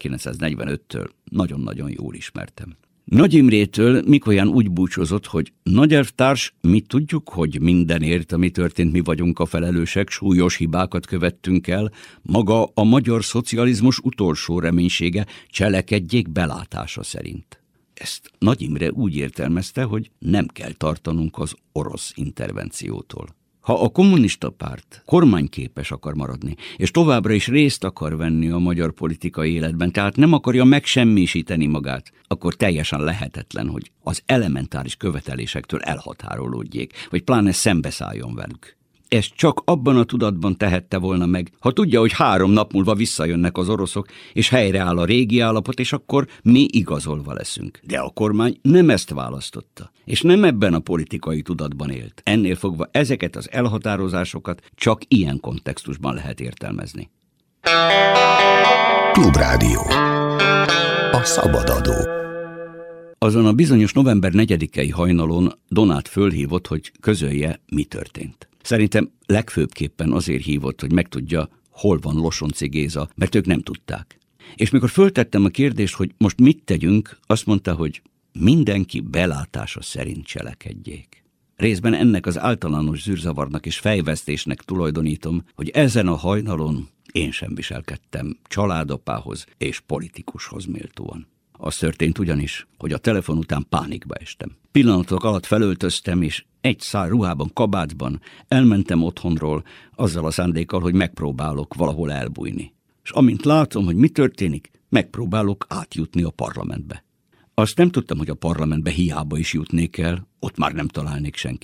C: 1945-től nagyon-nagyon jól ismertem. Nagy Imrétől Mikolyán úgy búcsúzott, hogy nagy elvtárs, mi tudjuk, hogy mindenért, ami történt, mi vagyunk a felelősek, súlyos hibákat követtünk el, maga a magyar szocializmus utolsó reménysége, cselekedjék belátása szerint. Ezt Nagy Imre úgy értelmezte, hogy nem kell tartanunk az orosz intervenciótól. Ha a kommunista párt kormányképes akar maradni, és továbbra is részt akar venni a magyar politikai életben, tehát nem akarja megsemmisíteni magát, akkor teljesen lehetetlen, hogy az elementáris követelésektől elhatárolódjék, vagy pláne szembeszálljon velük. Ezt csak abban a tudatban tehette volna meg, ha tudja, hogy 3 nap múlva visszajönnek az oroszok, és helyreáll a régi állapot, és akkor mi igazolva leszünk. De a kormány nem ezt választotta, és nem ebben a politikai tudatban élt. Ennél fogva ezeket az elhatározásokat csak ilyen kontextusban lehet értelmezni.
D: Klubrádió. A szabadadó.
C: Azon a bizonyos november 4-i hajnalon Donát fölhívott, hogy közölje, mi történt. Szerintem legfőbbképpen azért hívott, hogy megtudja, hol van Losonczi Géza, mert ők nem tudták. És mikor föltettem a kérdést, hogy most mit tegyünk, azt mondta, hogy mindenki belátása szerint cselekedjék. Részben ennek az általános zűrzavarnak és fejvesztésnek tulajdonítom, hogy ezen a hajnalon én sem viselkedtem családapához és politikushoz méltóan. Az történt ugyanis, hogy a telefon után pánikba estem. Pillanatok alatt felöltöztem, és egy szál ruhában, kabátban elmentem otthonról, azzal a szándékkal, hogy megpróbálok valahol elbújni. És amint látom, hogy mi történik, megpróbálok átjutni a parlamentbe. Azt nem tudtam, hogy a parlamentbe hiába is jutnék el, ott már nem találnék senkit.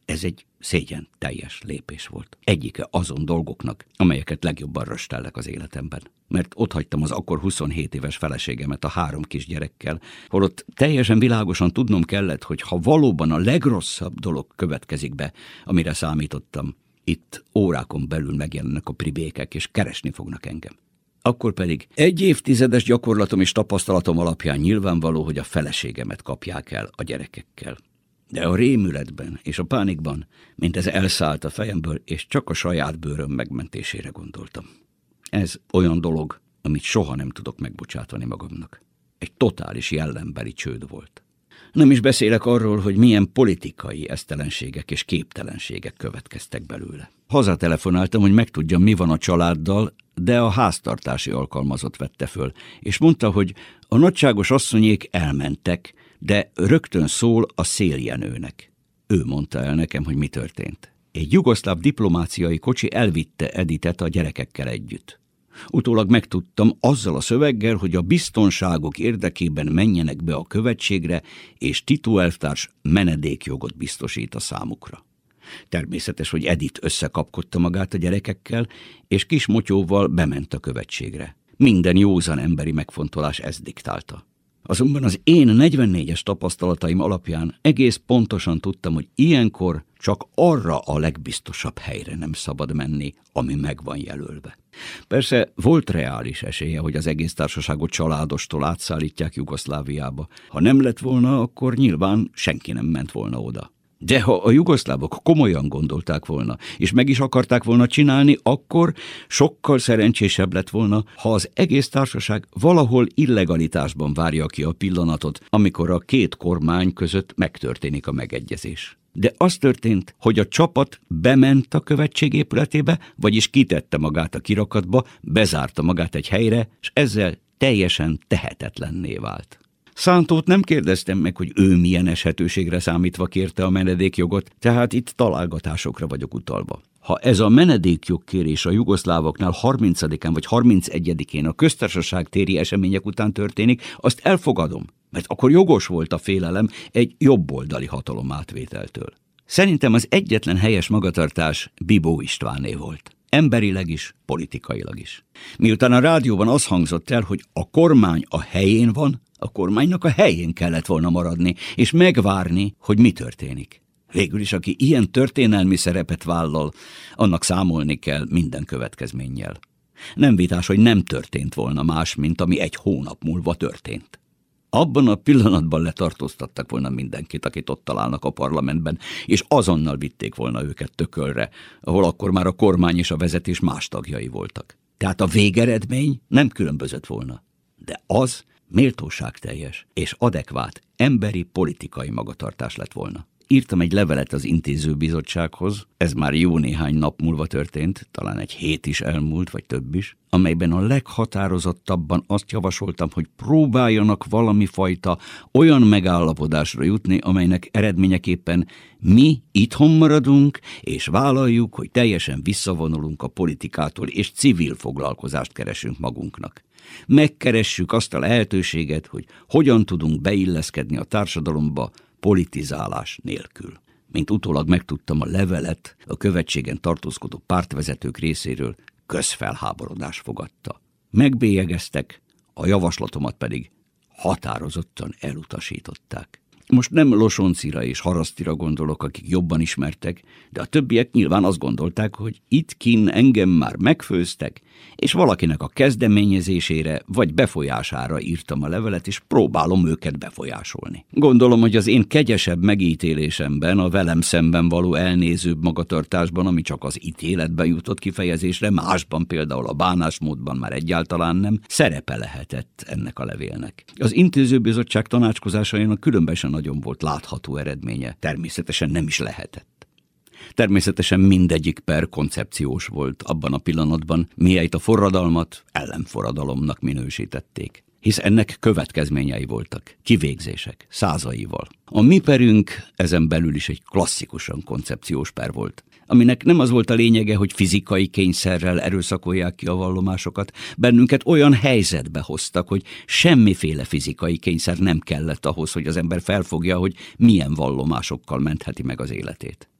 C: Ez egy szégyen teljes lépés volt. Egyike azon dolgoknak, amelyeket legjobban röstellek az életemben. Mert ott hagytam az akkor 27 éves feleségemet a 3 kisgyerekkel, holott teljesen világosan tudnom kellett, hogy ha valóban a legrosszabb dolog következik be, amire számítottam, itt órákon belül megjelennek a pribékek, és keresni fognak engem. Akkor pedig 1 évtizedes gyakorlatom és tapasztalatom alapján nyilvánvaló, hogy a feleségemet kapják el a gyerekekkel. De a rémületben és a pánikban mindez elszállt a fejemből, és csak a saját bőröm megmentésére gondoltam. Ez olyan dolog, amit soha nem tudok megbocsátani magamnak. Egy totális jellembeli csőd volt. Nem is beszélek arról, hogy milyen politikai esztelenségek és képtelenségek következtek belőle. Hazatelefonáltam, hogy megtudjam, mi van a családdal, de a háztartási alkalmazott vette föl, és mondta, hogy a nagyságos asszonyék elmentek, de rögtön szól a Széljenőnek. Ő mondta el nekem, hogy mi történt. Egy jugoszláv diplomáciai kocsi elvitte Editet a gyerekekkel együtt. Utólag megtudtam azzal a szöveggel, hogy a biztonságok érdekében menjenek be a követségre, és Tito elvtárs menedékjogot biztosít a számukra. Természetes, hogy Edith összekapkodta magát a gyerekekkel, és kis motyóval bement a követségre. Minden józan emberi megfontolás ezt diktálta. Azonban az én 44-es tapasztalataim alapján egész pontosan tudtam, hogy ilyenkor csak arra a legbiztosabb helyre nem szabad menni, ami meg van jelölve. Persze volt reális esélye, hogy az egész társaságot családostól átszállítják Jugoszláviába. Ha nem lett volna, akkor nyilván senki nem ment volna oda. De ha a jugoszlávok komolyan gondolták volna, és meg is akarták volna csinálni, akkor sokkal szerencsésebb lett volna, ha az egész társaság valahol illegalitásban várja ki a pillanatot, amikor a 2 kormány között megtörténik a megegyezés. De az történt, hogy a csapat bement a követség épületébe, vagyis kitette magát a kirakatba, bezárta magát egy helyre, és ezzel teljesen tehetetlenné vált. Szántót nem kérdeztem meg, hogy ő milyen eshetőségre számítva kérte a menedékjogot, tehát itt találgatásokra vagyok utalva. Ha ez a menedékjogkérés a jugoszlávoknál 30-án vagy 31-én a köztársaság téri események után történik, azt elfogadom, mert akkor jogos volt a félelem egy jobboldali hatalom átvételtől. Szerintem az egyetlen helyes magatartás Bibó Istváné volt. Emberileg is, politikailag is. Miután a rádióban az hangzott el, hogy a kormány a helyén van, a kormánynak a helyén kellett volna maradni, és megvárni, hogy mi történik. Végül is, aki ilyen történelmi szerepet vállal, annak számolni kell minden következménnyel. Nem vitás, hogy nem történt volna más, mint ami 1 hónap múlva történt. Abban a pillanatban letartóztattak volna mindenkit, akit ott találnak a parlamentben, és azonnal vitték volna őket tökölre, ahol akkor már a kormány és a vezetés más tagjai voltak. Tehát a végeredmény nem különbözött volna. De az méltóságteljes és adekvát emberi politikai magatartás lett volna. Írtam egy levelet az intézőbizottsághoz, ez már jó néhány nap múlva történt, talán 1 hét is elmúlt, vagy több is, amelyben a leghatározottabban azt javasoltam, hogy próbáljanak valami fajta olyan megállapodásra jutni, amelynek eredményeképpen mi itthon maradunk, és vállaljuk, hogy teljesen visszavonulunk a politikától, és civil foglalkozást keresünk magunknak. Megkeressük azt a lehetőséget, hogy hogyan tudunk beilleszkedni a társadalomba politizálás nélkül. Mint utólag megtudtam, a levelet a követségen tartózkodó pártvezetők részéről közfelháborodás fogadta. Megbélyegeztek, a javaslatomat pedig határozottan elutasították. Most nem Losoncira és Harasztira gondolok, akik jobban ismertek, de a többiek nyilván azt gondolták, hogy itt kinn engem már megfőztek, és valakinek a kezdeményezésére vagy befolyására írtam a levelet, és próbálom őket befolyásolni. Gondolom, hogy az én kegyesebb megítélésemben, a velem szemben való elnézőbb magatartásban, ami csak az ítéletben jutott kifejezésre, másban például a bánásmódban már egyáltalán nem, szerepe lehetett ennek a levélnek. Az intézőbizottság tanácskozásainak különben nagyon volt látható eredménye, természetesen nem is lehetett. Természetesen mindegyik per koncepciós volt abban a pillanatban, mihelyt a forradalmat ellenforradalomnak minősítették. Hisz ennek következményei voltak, kivégzések, százaival. A mi perünk ezen belül is egy klasszikusan koncepciós per volt, aminek nem az volt a lényege, hogy fizikai kényszerrel erőszakolják ki a vallomásokat, bennünket olyan helyzetbe hoztak, hogy semmiféle fizikai kényszer nem kellett ahhoz, hogy az ember felfogja, hogy milyen vallomásokkal mentheti meg az életét.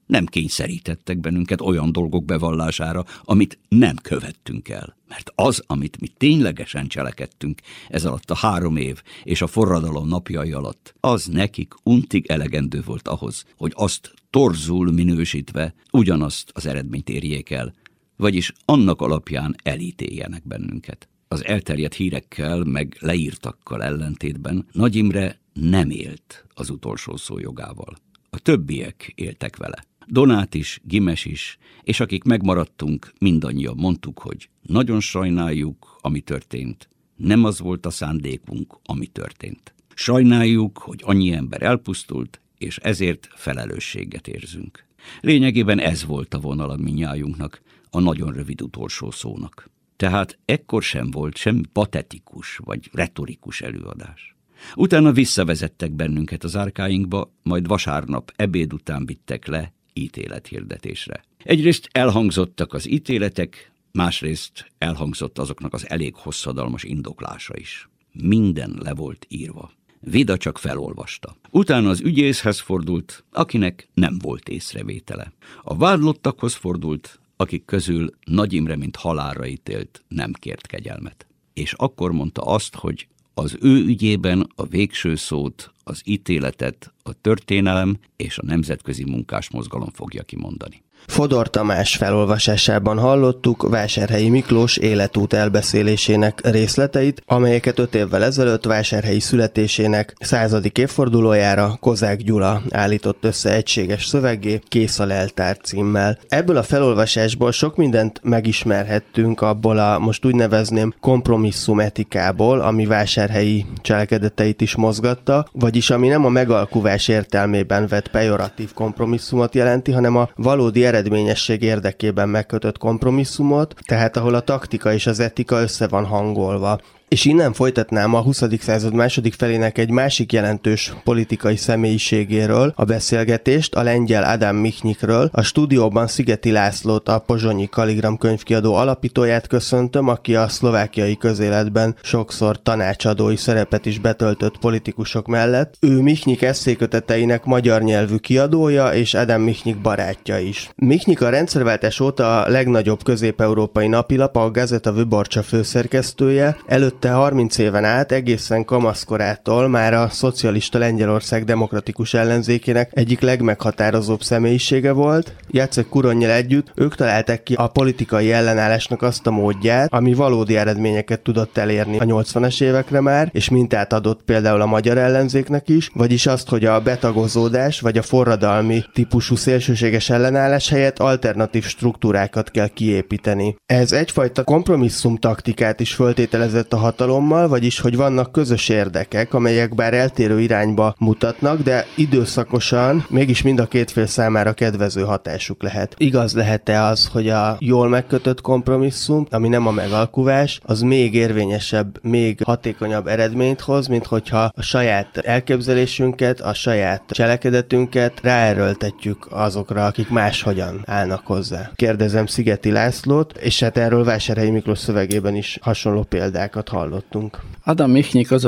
C: Nem kényszerítettek bennünket olyan dolgok bevallására, amit nem követtünk el. Mert az, amit mi ténylegesen cselekedtünk ez alatt a 3 év és a forradalom napjai alatt, az nekik untig elegendő volt ahhoz, hogy azt torzul minősítve ugyanazt az eredményt érjék el, vagyis annak alapján elítéljenek bennünket. Az elterjedt hírekkel meg leírtakkal ellentétben Nagy Imre nem élt az utolsó szó jogával. A többiek éltek vele. Donát is, Gimes is, és akik megmaradtunk, mindannyian mondtuk, hogy nagyon sajnáljuk, ami történt. Nem az volt a szándékunk, ami történt. Sajnáljuk, hogy annyi ember elpusztult, és ezért felelősséget érzünk. Lényegében ez volt a vonala mindnyájunknak, a nagyon rövid utolsó szónak. Tehát ekkor sem volt semmi patetikus vagy retorikus előadás. Utána visszavezettek bennünket az árkáinkba, majd vasárnap ebéd után vittek le ítélethirdetésre. Egyrészt elhangzottak az ítéletek, másrészt elhangzott azoknak az elég hosszadalmas indoklása is. Minden le volt írva. Vida csak felolvasta. Utána az ügyészhez fordult, akinek nem volt észrevétele. A vádlottakhoz fordult, akik közül Nagy Imre, mint halálra ítélt, nem kért kegyelmet. És akkor mondta azt, hogy az ő ügyében a végső szót, az ítéletet a történelem és a nemzetközi munkásmozgalom fogja kimondani.
B: Fodor Tamás felolvasásában hallottuk Vásárhelyi Miklós életút elbeszélésének részleteit, amelyeket 5 évvel ezelőtt vásárhelyi születésének 100. évfordulójára Kozák Gyula állított össze egységes szöveggé, Kész a leltár címmel. Ebből a felolvasásból sok mindent megismerhettünk abból a, most úgy nevezném, kompromisszum etikából, ami vásárhelyi cselekedeteit is mozgatta, vagyis ami nem a megalkuvás értelmében vett pejoratív kompromisszumot jelenti, hanem a valódi eredményesség érdekében megkötött kompromisszumot, tehát ahol a taktika és az etika össze van hangolva. És innen folytatnám a 20. század második felének egy másik jelentős politikai személyiségéről a beszélgetést, a lengyel Adam Michnikről. A stúdióban Szigeti Lászlót, a Pozsonyi Kaligram könyvkiadó alapítóját köszöntöm, aki a szlovákiai közéletben sokszor tanácsadói szerepet is betöltött politikusok mellett. Ő Michnik esszéköteteinek magyar nyelvű kiadója, és Adam Michnik barátja is. Michnik a rendszerváltás óta a legnagyobb közép-európai napilap, a Gazeta Wyborcza főszerkesztője, előtte 30 éven át egészen kamaszkorától már a szocialista Lengyelország demokratikus ellenzékének egyik legmeghatározóbb személyisége volt. Jacek Kuronnyal együtt ők találták ki a politikai ellenállásnak azt a módját, ami valódi eredményeket tudott elérni a 80-as évekre már, és mintát adott például a magyar ellenzéknek is, vagyis azt, hogy a betagozódás vagy a forradalmi típusú szélsőséges ellenállás helyett alternatív struktúrákat kell kiépíteni. Ez egyfajta kompromisszum taktikát is föltételezett a hatalommal, vagyis hogy vannak közös érdekek, amelyek bár eltérő irányba mutatnak, de időszakosan mégis mind a két fél számára kedvező hatásuk lehet. Igaz lehet-e az, hogy a jól megkötött kompromisszum, ami nem a megalkuvás, az még érvényesebb, még hatékonyabb eredményt hoz, mint hogyha a saját elképzelésünket, a saját cselekedetünket ráerőltetjük azokra, akik máshogyan állnak hozzá. Kérdezem Szigeti Lászlót, és hát erről Vásárhelyi Miklós szövegében is hasonló példákat hallottunk.
F: Adam Michnik az a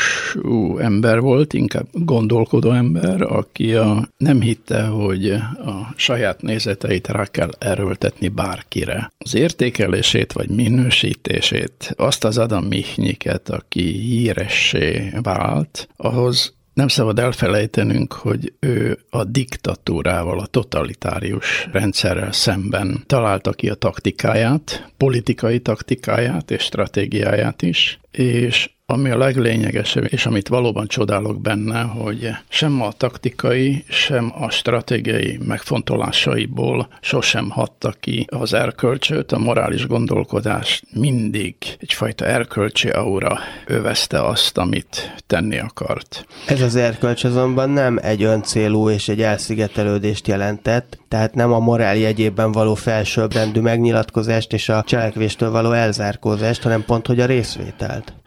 F: típusú ember volt, inkább gondolkodó ember, aki nem hitte, hogy a saját nézeteit rá kell erőltetni bárkire. Az értékelését vagy minősítését, azt az Adam Michniket, aki híressé vált, ahhoz nem szabad elfelejtenünk, hogy ő a diktatúrával, a totalitárius rendszerrel szemben találta ki a taktikáját, politikai taktikáját és stratégiáját is, és ami a leglényegesebb, és amit valóban csodálok benne, hogy sem a taktikai, sem a stratégiai megfontolásaiból sosem hatta ki az erkölcsöt, a morális gondolkodást. Mindig egyfajta erkölcsi aura övezte azt, amit tenni akart.
B: Ez az erkölcs azonban nem egy öncélú és egy elszigetelődést jelentett, tehát nem a morál jegyében való felsőbbrendű megnyilatkozást és a cselekvéstől való elzárkózást, hanem pont, hogy a részvételt.
F: Hát igen,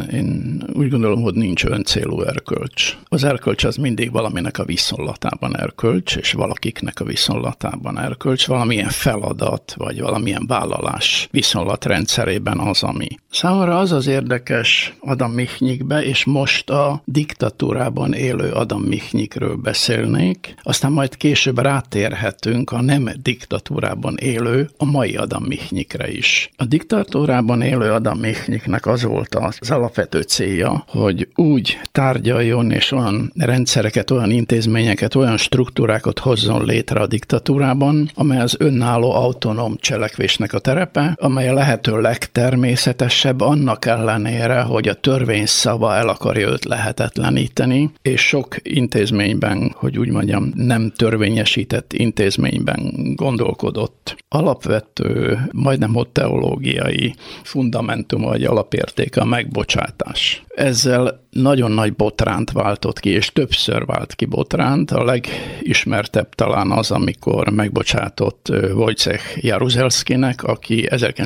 F: Én úgy gondolom, hogy nincs öncélú erkölcs. Az erkölcs az mindig valaminek a viszonylatában erkölcs, és valakiknek a viszonylatában erkölcs, valamilyen feladat, vagy valamilyen vállalás viszonylatrendszerében az, ami. Számomra az az érdekes Adam Michnikbe, és most a diktatúrában élő Adam Michnikről beszélnék, aztán majd később rátérhetünk a nem diktatúrában élő, a mai Adam Michnikre is. A diktatúrában élő Adam Michniknek az volt az alapvető célja, hogy úgy tárgyaljon és olyan rendszereket, olyan intézményeket, olyan struktúrákat hozzon létre a diktatúrában, amely az önálló autonóm cselekvésnek a terepe, amely a lehető legtermészetesebb annak ellenére, hogy a törvény szava el akarja őt lehetetleníteni, és sok intézményben, hogy úgy mondjam, nem törvényesített intézményben gondolkodott. Alapvető, majdnem ott teológiai fundamentum vagy alapértéke a megbocsátás. Ezzel nagyon nagy botránt váltott ki, és többször vált ki botránt. A legismertebb talán az, amikor megbocsátott Wojciech Jaruzelskinek, aki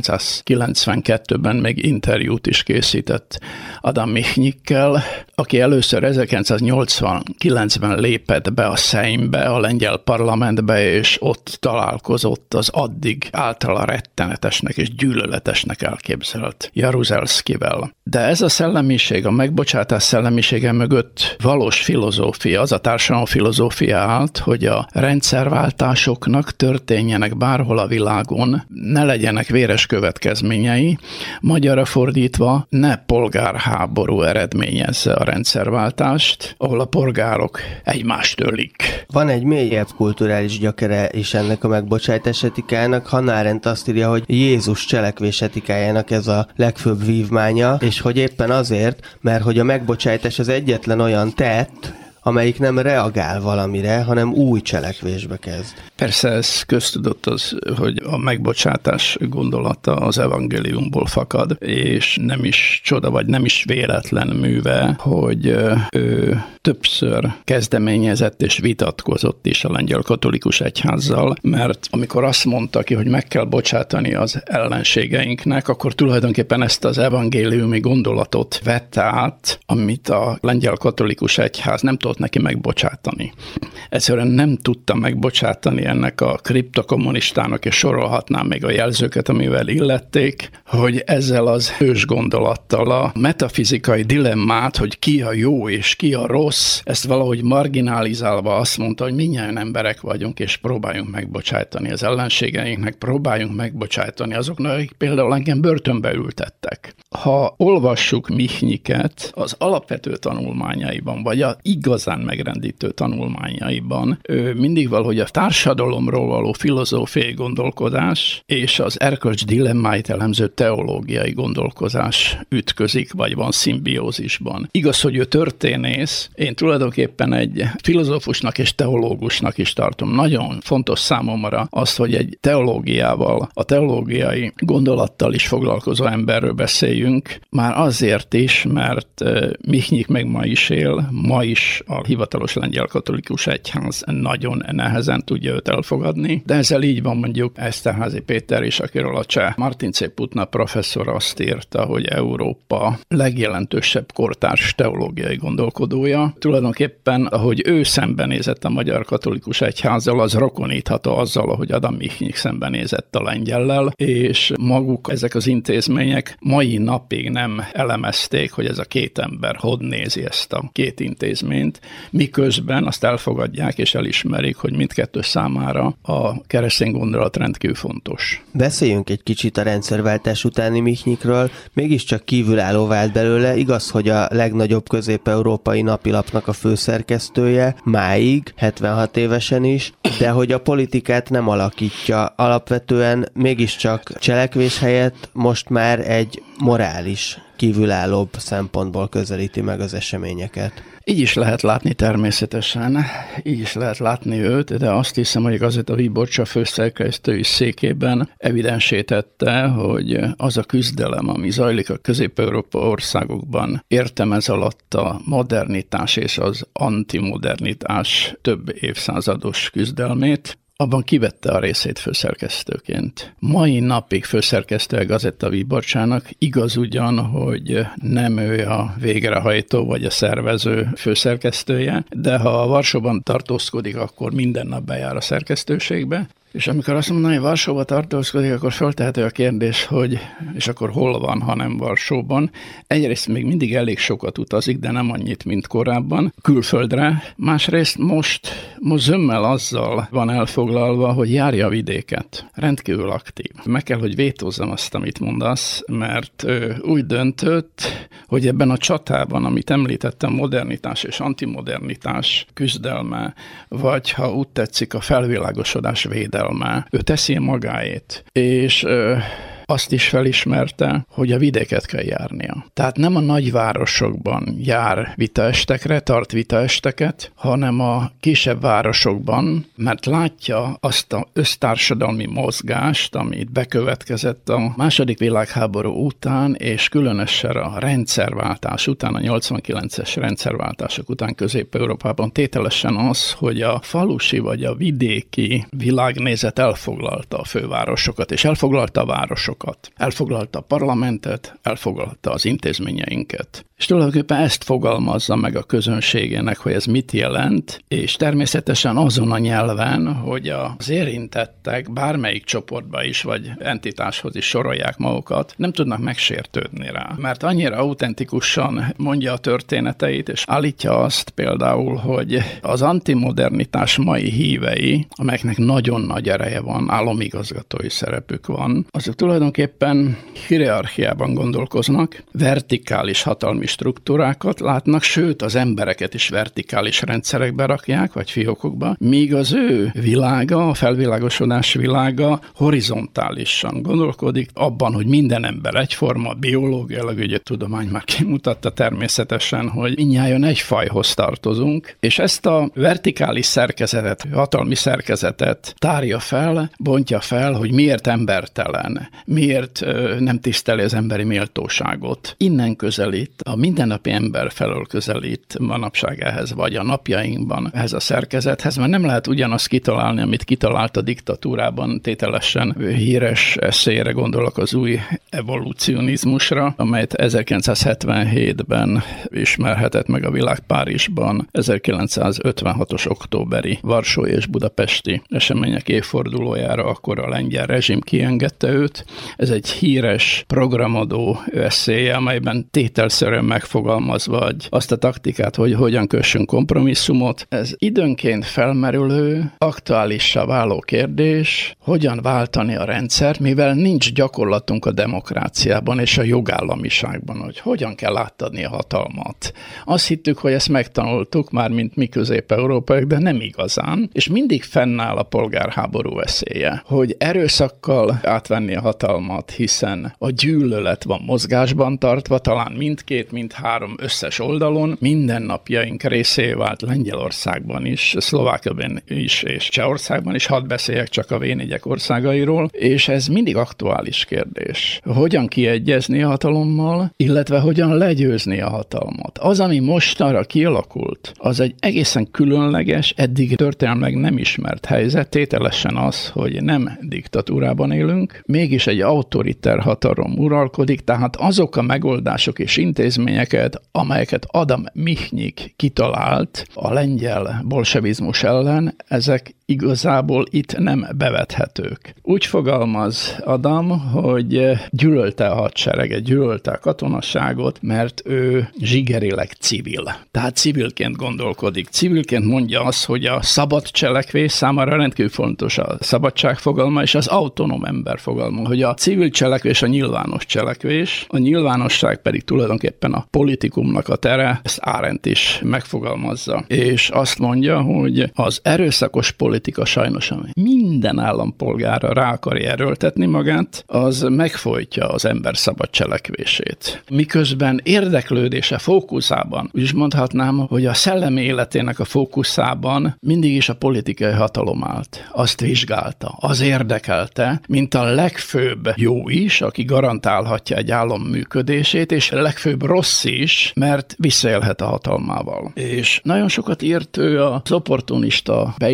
F: 1992-ben még interjút is készített Adam Michnikkel, aki először 1989-ben lépett be a Sejmbe, a lengyel parlamentbe, és ott találkozott az addig általa rettenetesnek és gyűlöletesnek elképzelt Jaruzelskivel. De ez a szellemiség, a megbocsátás szellemisége mögött valós filozófia, az a társadalom filozófia állt, hogy a rendszerváltásoknak történjenek bárhol a világon, ne legyenek véres következményei, magyarra fordítva ne polgárháború eredményezze a rendszerváltást, ahol a polgárok egymást ölik.
B: Van egy mélyebb kulturális gyökere is ennek a megbocsátás etikának. Hannah Arendt azt írja, hogy Jézus cselekvés etikájának ez a legfőbb vívmánya, és hogy éppen azért, mert hogy a megbocsátás az egyetlen olyan tett, amelyik nem reagál valamire, hanem új cselekvésbe kezd.
F: Persze ez köztudott az, hogy a megbocsátás gondolata az evangéliumból fakad, és nem is csoda, vagy nem is véletlen műve, hogy ő többször kezdeményezett és vitatkozott is a lengyel katolikus egyházzal, mert amikor azt mondta ki, hogy meg kell bocsátani az ellenségeinknek, akkor tulajdonképpen ezt az evangéliumi gondolatot vette át, amit a lengyel katolikus egyház nem tudott neki megbocsátani. Egyszerűen nem tudta megbocsátani ennek a kriptokommunistának, és sorolhatnám még a jelzőket, amivel illették, hogy ezzel az hős gondolattal a metafizikai dilemmát, hogy ki a jó és ki a rossz, ezt valahogy marginalizálva azt mondta, hogy mindnyájan emberek vagyunk, és próbáljunk megbocsátani az ellenségeinknek, próbáljunk megbocsátani azoknak, akik például engem börtönbe ültettek. Ha olvassuk Michniket az alapvető tanulmányaiban, vagy a igazán megrendítő tanulmányaiban, ő mindig valahogy a társadalomról való filozófiai gondolkodás és az erkölcs dilemmáit elemző teológiai gondolkozás ütközik, vagy van szimbiózisban. Igaz, hogy ő történész, én tulajdonképpen egy filozófusnak és teológusnak is tartom. Nagyon fontos számomra az, hogy egy teológiával, a teológiai gondolattal is foglalkozó emberről beszéljünk, már azért is, mert Michnik meg ma is él, ma is a hivatalos lengyel katolikus egyház nagyon nehezen tudja őt elfogadni, de ezzel így van mondjuk Eszterházy Péter is, akiről a cseh Martin C. Putna professzor azt írta, hogy Európa legjelentősebb kortárs teológiai gondolkodója. Tulajdonképpen, ahogy ő szembenézett a magyar katolikus egyházzal, az rokonítható azzal, ahogy Adam Michnik szembenézett a lengyellel, és maguk ezek az intézmények mai napig nem elemezték, hogy ez a két ember hogy nézi ezt a két intézményt, miközben azt elfogadják és elismerik, hogy mindkettő számára a keresztény gondolat rendkívül fontos.
B: Beszéljünk egy kicsit a rendszerváltás utáni Michnikről. Mégiscsak kívülálló vált belőle. Igaz, hogy a legnagyobb közép-európai napilapnak a főszerkesztője máig, 76 évesen is, de hogy a politikát nem alakítja. Alapvetően mégiscsak cselekvés helyett most már egy morális, kívülállóbb szempontból közelíti meg az eseményeket.
F: Így is lehet látni természetesen, így is lehet látni őt, de azt hiszem, hogy azért a Wyborcza főszerkesztői székében evidensítette, hogy az a küzdelem, ami zajlik a Közép-Európa országokban, értem ez alatt a modernitás és az antimodernitás több évszázados küzdelmét, abban kivette a részét főszerkesztőként. Mai napig főszerkesztő a Gazetta Viborcsának, igaz ugyan, hogy nem ő a végrehajtó vagy a szervező főszerkesztője, de ha a Varsóban tartózkodik, akkor minden nap bejár a szerkesztőségbe. És amikor azt mondom, hogy Varsóba tartózkodik, akkor föltehető a kérdés, hogy és akkor hol van, ha nem Varsóban. Egyrészt még mindig elég sokat utazik, de nem annyit, mint korábban, külföldre. Másrészt most zömmel azzal van elfoglalva, hogy járja a vidéket. Rendkívül aktív. Meg kell, hogy vétózzam azt, amit mondasz, mert úgy döntött, hogy ebben a csatában, amit említettem, modernitás és antimodernitás küzdelme, vagy ha úgy tetszik, a felvilágosodás védelme, ő teszi magáét, és azt is felismerte, hogy a vidéket kell járnia. Tehát nem a nagyvárosokban jár vitaestekre, tart vitaesteket, hanem a kisebb városokban, mert látja azt az össztársadalmi mozgást, amit bekövetkezett a II. Világháború után, és különösen a rendszerváltás után, a 89-es rendszerváltások után Közép-Európában tételesen az, hogy a falusi vagy a vidéki világnézet elfoglalta a fővárosokat, és elfoglalta a városokat. Elfoglalta a parlamentet, elfoglalta az intézményeinket. És tulajdonképpen ezt fogalmazza meg a közönségének, hogy ez mit jelent, és természetesen azon a nyelven, hogy az érintettek bármelyik csoportba is, vagy entitáshoz is sorolják magukat, nem tudnak megsértődni rá. Mert annyira autentikusan mondja a történeteit, és állítja azt például, hogy az antimodernitás mai hívei, amelyeknek nagyon nagy ereje van, államigazgatói szerepük van, azok tulajdonképpen hierarchiában gondolkoznak, vertikális hatalmi struktúrákat látnak, sőt az embereket is vertikális rendszerekbe rakják, vagy fiókokba, míg az ő világa, a felvilágosodás világa horizontálisan gondolkodik abban, hogy minden ember egyforma, biológiailag, ugye tudomány már kimutatta természetesen, hogy mindnyájan egy fajhoz tartozunk, és ezt a vertikális szerkezetet, hatalmi szerkezetet tárja fel, bontja fel, hogy miért embertelen, miért nem tiszteli az emberi méltóságot. Innen közelít, a mindennapi ember felől közelít manapság ehhez, vagy a napjainkban ehhez a szerkezethez, mert nem lehet ugyanazt kitalálni, amit kitalált a diktatúrában, tételesen híres eszélyre gondolok, az új evolucionizmusra, amelyet 1977-ben ismerhetett meg a világ Párizsban, 1956-os októberi varsói és budapesti események évfordulójára, akkor a lengyel rezsim kiengedte őt. Ez egy híres programadó eszéje, amelyben tételszerűen megfogalmazva azt a taktikát, hogy hogyan kössünk kompromisszumot. Ez időnként felmerülő, aktuálissá váló kérdés, hogyan váltani a rendszert, mivel nincs gyakorlatunk a demokráciában és a jogállamiságban, hogy hogyan kell átadni a hatalmat. Azt hittük, hogy ezt megtanultuk már, mint mi közép-európaiak, de nem igazán, és mindig fennáll a polgárháború veszélye, hogy erőszakkal átvenni a hatalmat, hiszen a gyűlölet van mozgásban tartva, talán mindkét, mindhárom összes oldalon, mindennapjaink részé vált Lengyelországban is, Szlovákiában is, és Csehországban is, hadd beszéljek csak a V4-ek országairól, és ez mindig aktuális kérdés. Hogyan kiegyezni a hatalommal, illetve hogyan legyőzni a hatalmat. Az, ami mostanra kialakult, az egy egészen különleges, eddig történelmileg nem ismert helyzet, tételesen az, hogy nem diktatúrában élünk, mégis egy autoriter hatalom uralkodik, tehát azok a megoldások és intézményeket, amelyeket Adam Michnik kitalált a lengyel bolsevizmus ellen, ezek igazából itt nem bevethetők. Úgy fogalmaz Adam, hogy gyűlölte a hadsereget, gyűlölte a katonasságot, mert ő zsigerileg civil. Tehát civilként gondolkodik. Civilként mondja azt, hogy a szabad cselekvés számára rendkívül fontos a szabadság fogalma és az autonóm ember fogalma, hogy a civil cselekvés a nyilvános cselekvés, a nyilvánosság pedig tulajdonképpen a politikumnak a tere, ezt Arendt is megfogalmazza. És azt mondja, hogy az erőszakos politika sajnos, ami minden állampolgára rá akarja erőltetni magát, az megfojtja az ember szabad cselekvését. Miközben érdeklődése fókuszában, úgy is mondhatnám, hogy a szellemi életének a fókuszában mindig is a politikai hatalom állt. Azt vizsgálta, az érdekelte, mint a legfőbb jó is, aki garantálhatja egy állam működését, és a legfőbb rossz is, mert visszaélhet a hatalmával. És nagyon sokat írt ő az opportunista beilleszkedés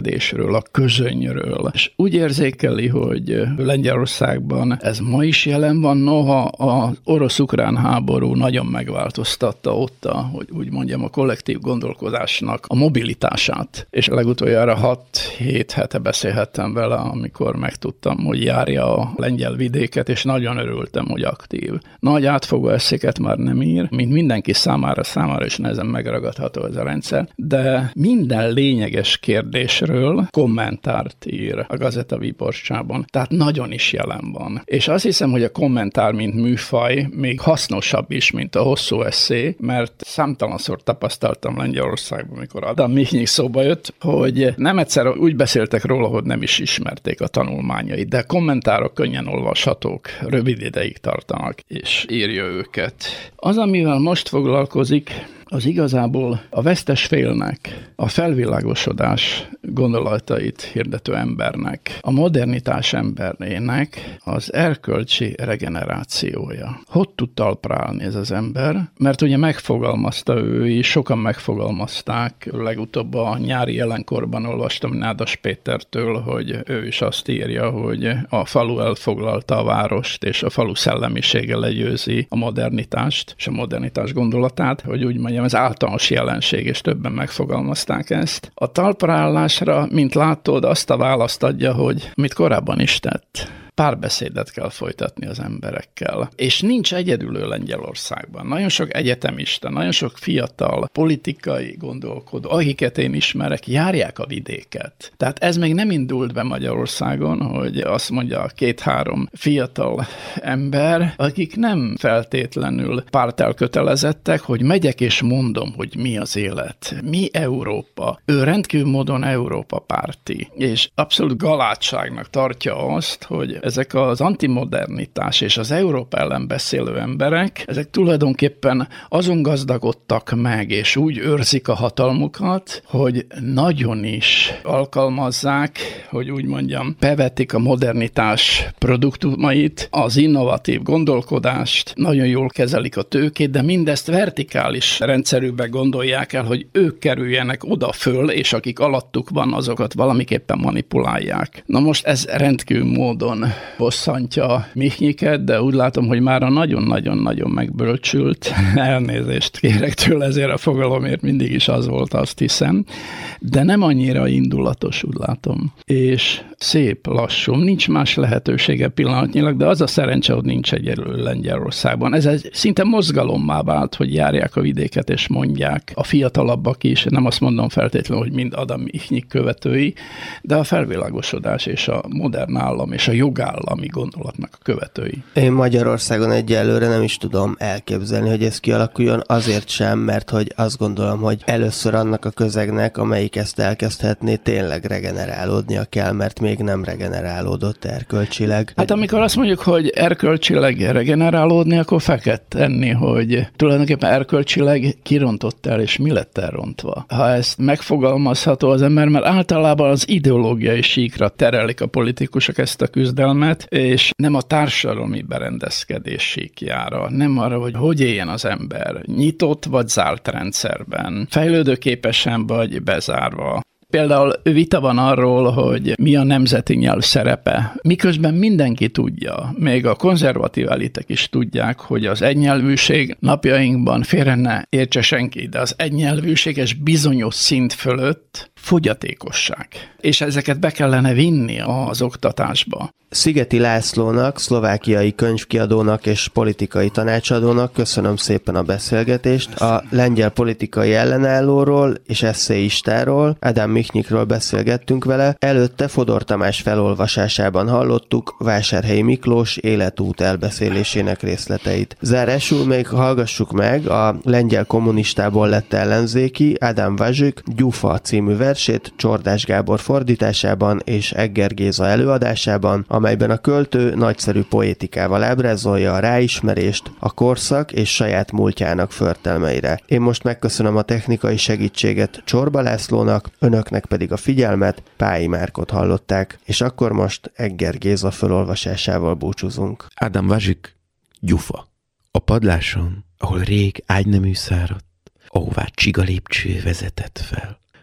F: viselkedésről, a közönyről. És úgy érzékeli, hogy Lengyelországban ez ma is jelen van, noha az orosz-ukrán háború nagyon megváltoztatta ott hogy úgy mondjam, a kollektív gondolkodásnak a mobilitását. És legutoljára 6-7 hete beszélhettem vele, amikor megtudtam, hogy járja a lengyel vidéket, és nagyon örültem, hogy aktív. Nagy átfogó eszéket már nem ír, mint mindenki számára is nehezen megragadható ez a rendszer, de minden lényeges kérdésről kommentárt ír a Gazeta Wyborczában. Tehát nagyon is jelen van. És azt hiszem, hogy a kommentár, mint műfaj, még hasznosabb is, mint a hosszú eszé, mert számtalanszor tapasztaltam Lengyelországban, amikor Adam Michnik szóba jött, hogy nem egyszer úgy beszéltek róla, hogy nem is ismerték a tanulmányait, de kommentárok könnyen olvashatók, rövid ideig tartanak, és írja őket. Az, amivel most foglalkozik, az igazából a vesztes félnek, a felvilágosodás gondolatait hirdető embernek, a modernitás embernének az erkölcsi regenerációja. Hogy tud talpra állni ez az ember? Mert ugye megfogalmazta ő is, sokan megfogalmazták, legutóbb a nyári jelenkorban olvastam Nádas Pétertől, hogy ő is azt írja, hogy a falu elfoglalta a várost, és a falu szellemisége legyőzi a modernitást, és a modernitás gondolatát, hogy úgy mondjam, ez általános jelenség, és többen megfogalmazták ezt. A talpraállásra, mint látod, azt a választ adja, hogy mit korábban is tett. Párbeszédet kell folytatni az emberekkel. És nincs egyedül ő Lengyelországban. Nagyon sok egyetemista, nagyon sok fiatal politikai gondolkodó, akiket én ismerek, járják a vidéket. Tehát ez még nem indult be Magyarországon, hogy azt mondja a 2-3 fiatal ember, akik nem feltétlenül pártelkötelezettek, hogy megyek és mondom, hogy mi az élet, mi Európa. Ő rendkívül módon Európa párti, és abszolút galátságnak tartja azt, hogy ezek az antimodernitás és az Európa ellen beszélő emberek, ezek tulajdonképpen azon gazdagodtak meg, és úgy őrzik a hatalmukat, hogy nagyon is alkalmazzák, hogy úgy mondjam, bevetik a modernitás produktumait, az innovatív gondolkodást, nagyon jól kezelik a tőkét, de mindezt vertikális rendszerűbe gondolják el, hogy ők kerüljenek oda föl, és akik alattuk van, azokat valamiképpen manipulálják. Na most ez rendkívül módon bosszantja Michniket, de úgy látom, hogy már a nagyon-nagyon-nagyon megbölcsült. Elnézést kérek tőle ezért a fogalomért, mindig is az volt, azt hiszem, de nem annyira indulatos, úgy látom. És szép, lassú, nincs más lehetősége pillanatnyilag, de az a szerencse, hogy nincs egyelőre Lengyelországban. Ez egy szinte mozgalommá vált, hogy járják a vidéket és mondják a fiatalabbak is, nem azt mondom feltétlenül, hogy mind Adam Michnik követői, de a felvilágosodás és a modern állam és a jogállami gondolatnak a követői.
B: Én Magyarországon egyelőre nem is tudom elképzelni, hogy ez kialakuljon, azért sem, mert hogy azt gondolom, hogy először annak a közegnek, amelyik ezt elkezdhetné, tényleg regenerálódnia kell, mert még nem regenerálódott erkölcsileg.
F: Hát amikor azt mondjuk, hogy erkölcsileg regenerálódni, akkor fel kell tenni, hogy tulajdonképpen erkölcsileg kirontott el, és mi lett elrontva. Ha ezt megfogalmazható az ember, mert általában az ideológiai síkra terelik a politikusok ezt a küzdelmet, és nem a társadalmi berendezkedés síkjára, nem arra, hogy éljen az ember, nyitott vagy zárt rendszerben, fejlődőképesen vagy bezárva. Például vita van arról, hogy mi a nemzeti nyelv szerepe. Miközben mindenki tudja, még a konzervatív elitek is tudják, hogy az egynyelvűség napjainkban félre ne értse senki, de az egynyelvűség és bizonyos szint fölött fogyatékosság. És ezeket be kellene vinni az oktatásba.
B: Szigeti Lászlónak, szlovákiai könyvkiadónak és politikai tanácsadónak köszönöm szépen a beszélgetést. A lengyel politikai ellenállóról és esszéistáról, Adam Michnikről beszélgettünk vele. Előtte Fodor Tamás felolvasásában hallottuk Vásárhelyi Miklós életút elbeszélésének részleteit. Zárásul még hallgassuk meg a lengyel kommunistából lett ellenzéki Adam Vazsik Gyufa című versét Csordás Gábor fordításában és Egger Géza előadásában, amelyben a költő nagyszerű poétikával ábrázolja a ráismerést, a korszak és saját múltjának förtelmeire. Én most megköszönöm a technikai segítséget Csorba Lászlónak, önöknek pedig a figyelmet, Pályi Márkot hallották, és akkor most Egger Géza felolvasásával búcsúzunk.
G: Adam Vazsik, Gyufa. A padláson, ahol rég ágynemű száradt, ahová csiga lépcső vezetett fel,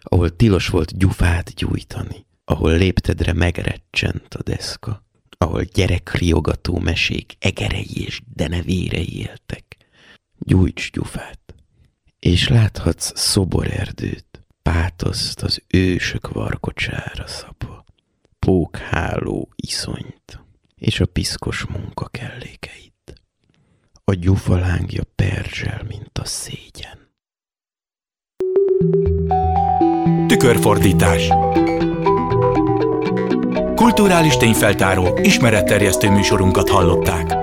G: ahol tilos volt gyufát gyújtani, ahol léptedre megrecsent a deszka, ahol gyerekriogató mesék egerei és denevérei éltek. Gyújts gyufát, és láthatsz szoborerdőt, pátoszt az ősök varkocsára szabva, pókháló iszonyt és a piszkos munka kellékeit. A gyufa lángja perzsel, mint a szégyen.
A: Tükörfordítás. Kulturális tényfeltáró, ismeretterjesztő műsorunkat hallották.